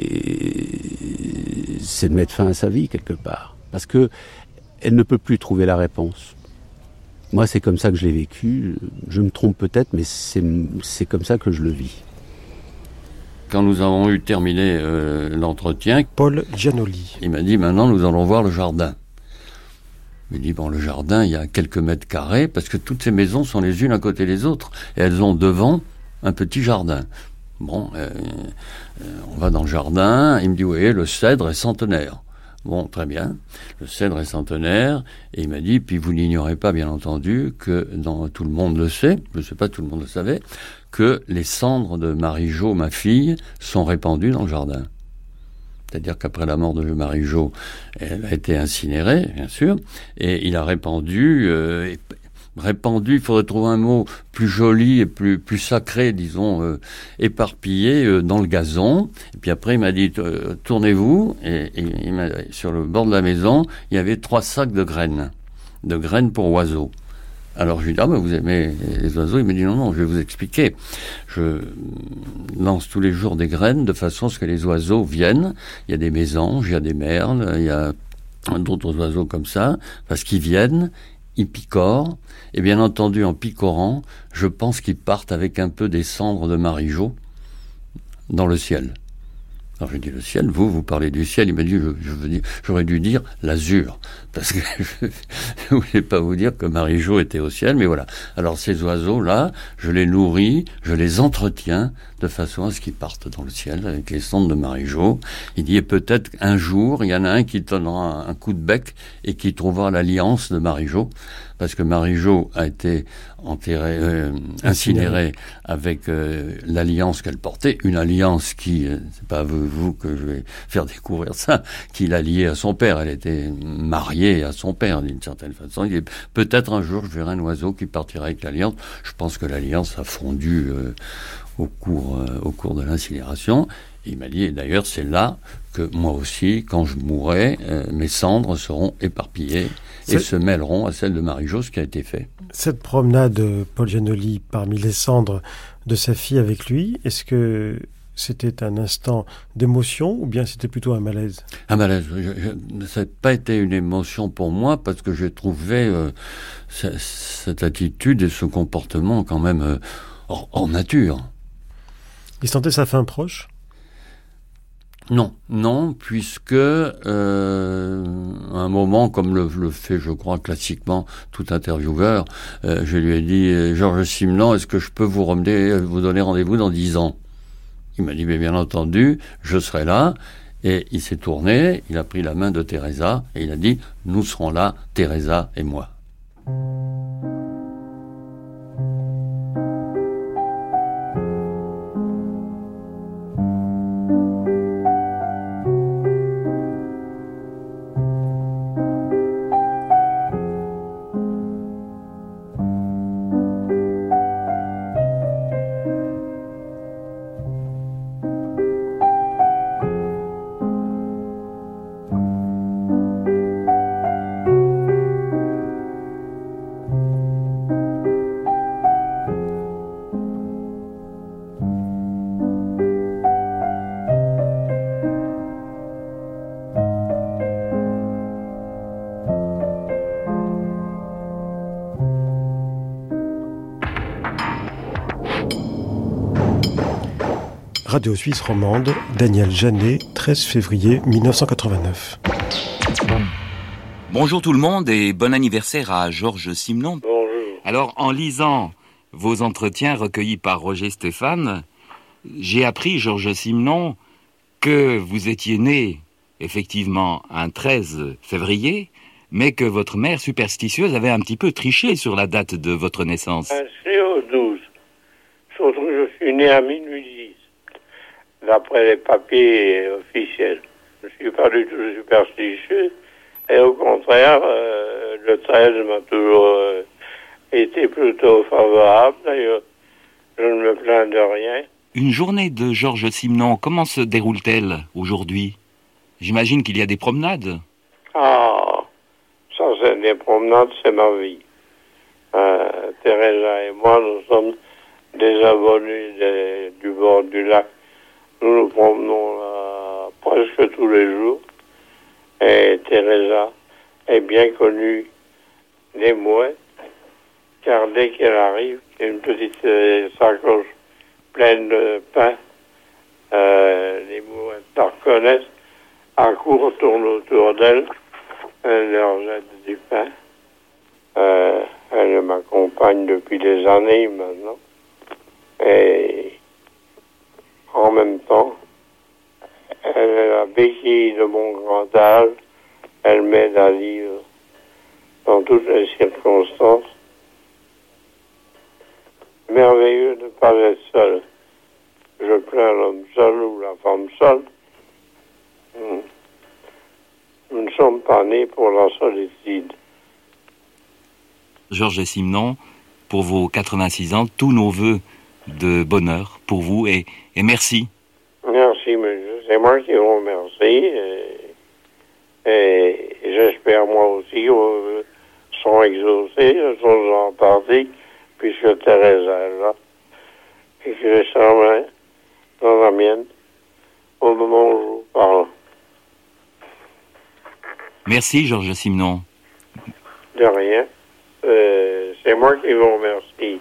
Speaker 10: de mettre fin à sa vie quelque part. Parce que elle ne peut plus trouver la réponse. Moi, c'est comme ça que je l'ai vécu. Je me trompe peut-être, mais c'est comme ça que je le vis.
Speaker 9: Quand nous avons eu terminé l'entretien,
Speaker 4: Paul Giannoli.
Speaker 9: Il m'a dit, maintenant nous allons voir le jardin. Il m'a dit, bon, le jardin, il y a quelques mètres carrés, parce que toutes ces maisons sont les unes à côté des autres, et elles ont devant un petit jardin. Bon, on va dans le jardin, il me dit, oui, le cèdre est centenaire. Bon, très bien, le cèdre est centenaire, et il m'a dit, puis vous n'ignorez pas, bien entendu, que tout le monde le sait, je ne sais pas, tout le monde le savait, que les cendres de Marie-Jo, ma fille, sont répandues dans le jardin. C'est-à-dire qu'après la mort de Marie-Jo, elle a été incinérée, bien sûr, et il a répandu, il faudrait trouver un mot plus joli et plus sacré, disons, éparpillé dans le gazon. Et puis après, il m'a dit, tournez-vous, et sur le bord de la maison, il y avait 3 sacs de graines pour oiseaux. Alors je lui ai dit, mais vous aimez les oiseaux? Il m'a dit, non, je vais vous expliquer. Je lance tous les jours des graines de façon à ce que les oiseaux viennent. Il y a des mésanges, il y a des merles, il y a d'autres oiseaux comme ça, parce qu'ils viennent, ils picorent, et bien entendu, en picorant, je pense qu'ils partent avec un peu des cendres de Marie-Jo dans le ciel. Alors j'ai dit, le ciel, vous parlez du ciel. Il m'a dit, j'aurais dû dire l'azur, parce que je ne voulais pas vous dire que Marie-Jo était au ciel, mais voilà. Alors ces oiseaux-là, je les nourris, je les entretiens, de façon à ce qu'ils partent dans le ciel avec les cendres de Marie-Jo. Il dit, et peut-être un jour, il y en a un qui donnera un coup de bec et qui trouvera l'alliance de Marie-Jo, parce que Marie-Jo a été incinérée avec l'alliance qu'elle portait, une alliance qui, c'est pas vous que je vais faire découvrir ça, qui l'a liée à son père. Elle était mariée à son père d'une certaine façon. Il dit, peut-être un jour je verrai un oiseau qui partira avec l'alliance. Je pense que l'alliance a fondu au cours de l'incinération. Et il m'a dit, et d'ailleurs c'est là que moi aussi, quand je mourrai, mes cendres seront éparpillées et se mêleront à celles de Marie-Jo, ce qui a été fait.
Speaker 4: Cette promenade, Paul Giannoli, parmi les cendres de sa fille avec lui, est-ce que c'était un instant d'émotion ou bien c'était plutôt un malaise?
Speaker 9: Un malaise. Ça n'a pas été une émotion pour moi parce que j'ai trouvé cette attitude et ce comportement quand même hors nature.
Speaker 4: Il sentait sa fin proche?
Speaker 9: Non, puisque à un moment, comme le fait, je crois, classiquement tout intervieweur, je lui ai dit, Georges Simenon, est-ce que je peux vous donner rendez-vous dans 10 ans? Il m'a dit, mais bien entendu, je serai là. Et il s'est tourné, il a pris la main de Teresa et il a dit, nous serons là, Teresa et moi.
Speaker 4: Radio Suisse romande, Daniel Janet, 13 février 1989.
Speaker 14: Bonjour tout le monde et bon anniversaire à Georges Simenon.
Speaker 15: Bonjour.
Speaker 14: Alors, en lisant vos entretiens recueillis par Roger Stéphane, j'ai appris, Georges Simenon, que vous étiez né, effectivement, un 13 février, mais que votre mère superstitieuse avait un petit peu triché sur la date de votre naissance.
Speaker 15: C'est au 12. Surtout que je suis né à minuit 10. D'après les papiers officiels. Je ne suis pas du tout superstitieux. Et au contraire, le 13 m'a toujours été plutôt favorable. D'ailleurs, je ne me plains de rien.
Speaker 14: Une journée de Georges Simenon, comment se déroule-t-elle aujourd'hui? J'imagine qu'il y a des promenades.
Speaker 15: Ah, ça c'est des promenades, c'est ma vie. Teresa et moi, nous sommes des abonnés du bord du lac. Nous nous promenons là presque tous les jours. Et Teresa est bien connue des mouettes, car dès qu'elle arrive, une petite sacoche pleine de pain Les mouettes la reconnaissent, accourent, tournent autour d'elle, elle leur jette du pain. Elle m'accompagne depuis des années maintenant. Et en même temps, elle est la béquille de mon grand âge. Elle m'aide à vivre dans toutes les circonstances. Merveilleux de ne pas être seul. Je plains l'homme seul ou la femme seule. Nous ne sommes pas nés pour la solitude.
Speaker 14: Georges Simenon, pour vos 86 ans, tous nos vœux de bonheur pour vous et merci.
Speaker 15: Merci, monsieur. C'est moi qui vous remercie. Et j'espère moi aussi que vos vœux sont exaucés, sont en partie, puisque Thérèse est là. Et que je serai dans la mienne au moment où je vous parle.
Speaker 14: Merci, Georges Simenon.
Speaker 15: De rien. C'est moi qui vous remercie.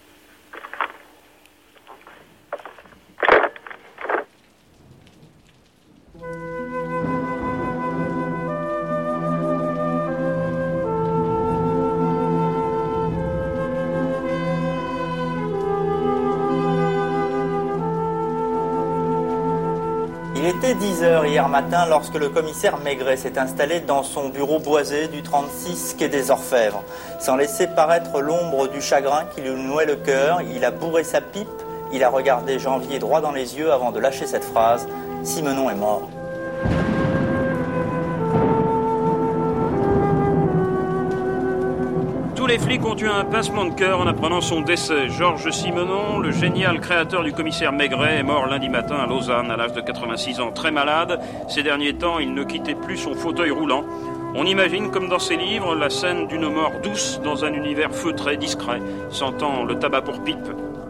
Speaker 16: Il était 10h hier matin lorsque le commissaire Maigret s'est installé dans son bureau boisé du 36 quai des Orfèvres. Sans laisser paraître l'ombre du chagrin qui lui nouait le cœur, il a bourré sa pipe, il a regardé Janvier droit dans les yeux avant de lâcher cette phrase « Simenon est mort ».
Speaker 17: Tous les flics ont eu un pincement de cœur en apprenant son décès. Georges Simenon, le génial créateur du commissaire Maigret, est mort lundi matin à Lausanne à l'âge de 86 ans, très malade. Ces derniers temps, il ne quittait plus son fauteuil roulant. On imagine, comme dans ses livres, la scène d'une mort douce dans un univers feutré, discret, sentant le tabac pour pipe.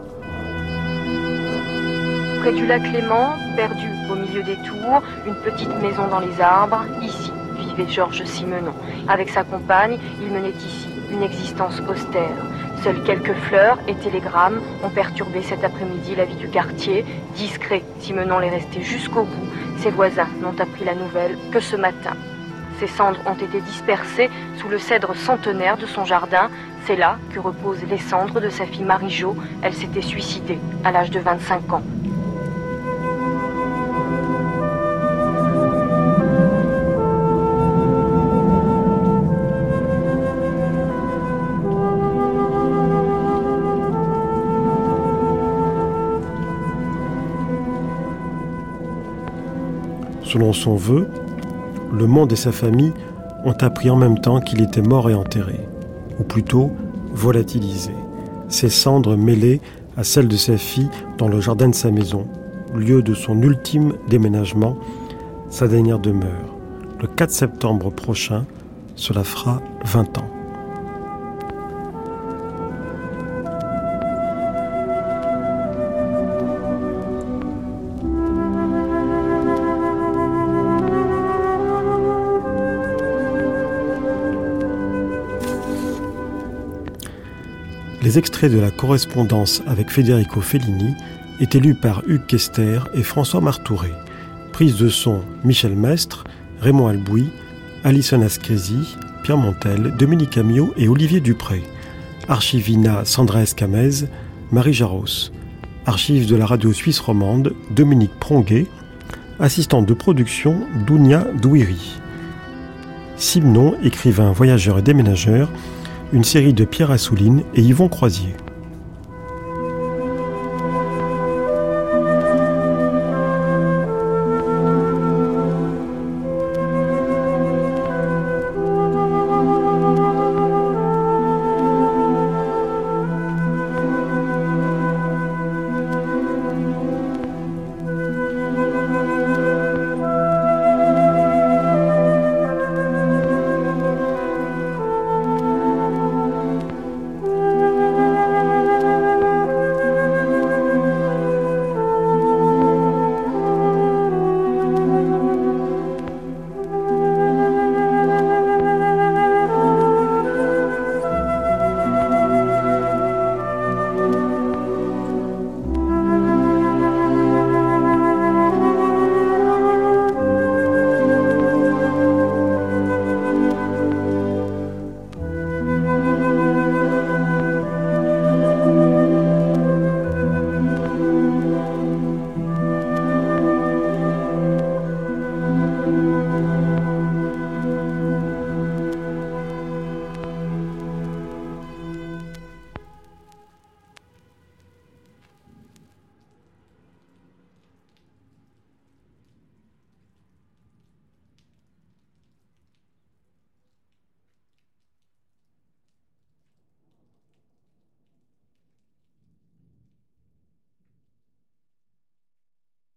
Speaker 12: Près du lac Léman, perdu au milieu des tours, une petite maison dans les arbres, ici vivait Georges Simenon. Avec sa compagne, il menait ici une existence austère. Seules quelques fleurs et télégrammes ont perturbé cet après-midi la vie du quartier. Discret, Simenon l'est resté jusqu'au bout. Ses voisins n'ont appris la nouvelle que ce matin. Ses cendres ont été dispersées sous le cèdre centenaire de son jardin. C'est là que reposent les cendres de sa fille Marie-Jo. Elle s'était suicidée à l'âge de 25 ans.
Speaker 4: Selon son vœu, le monde et sa famille ont appris en même temps qu'il était mort et enterré, ou plutôt volatilisé, ses cendres mêlées à celles de sa fille dans le jardin de sa maison, lieu de son ultime déménagement, sa dernière demeure. Le 4 septembre prochain, cela fera 20 ans. Les extraits de la correspondance avec Federico Fellini étaient lus par Hugues Kester et François Martouret. Prise de son Michel Mestre, Raymond Albouy, Alison Ascrézy, Pierre Montel, Dominique Amiot et Olivier Dupré. Archivina Sandra Escamez, Marie Jaros. Archives de la radio suisse romande, Dominique Pronguet. Assistante de production, Dounia Douiri. Simenon, écrivain, voyageur et déménageur, une série de Pierre Assouline et Yvon Croisier.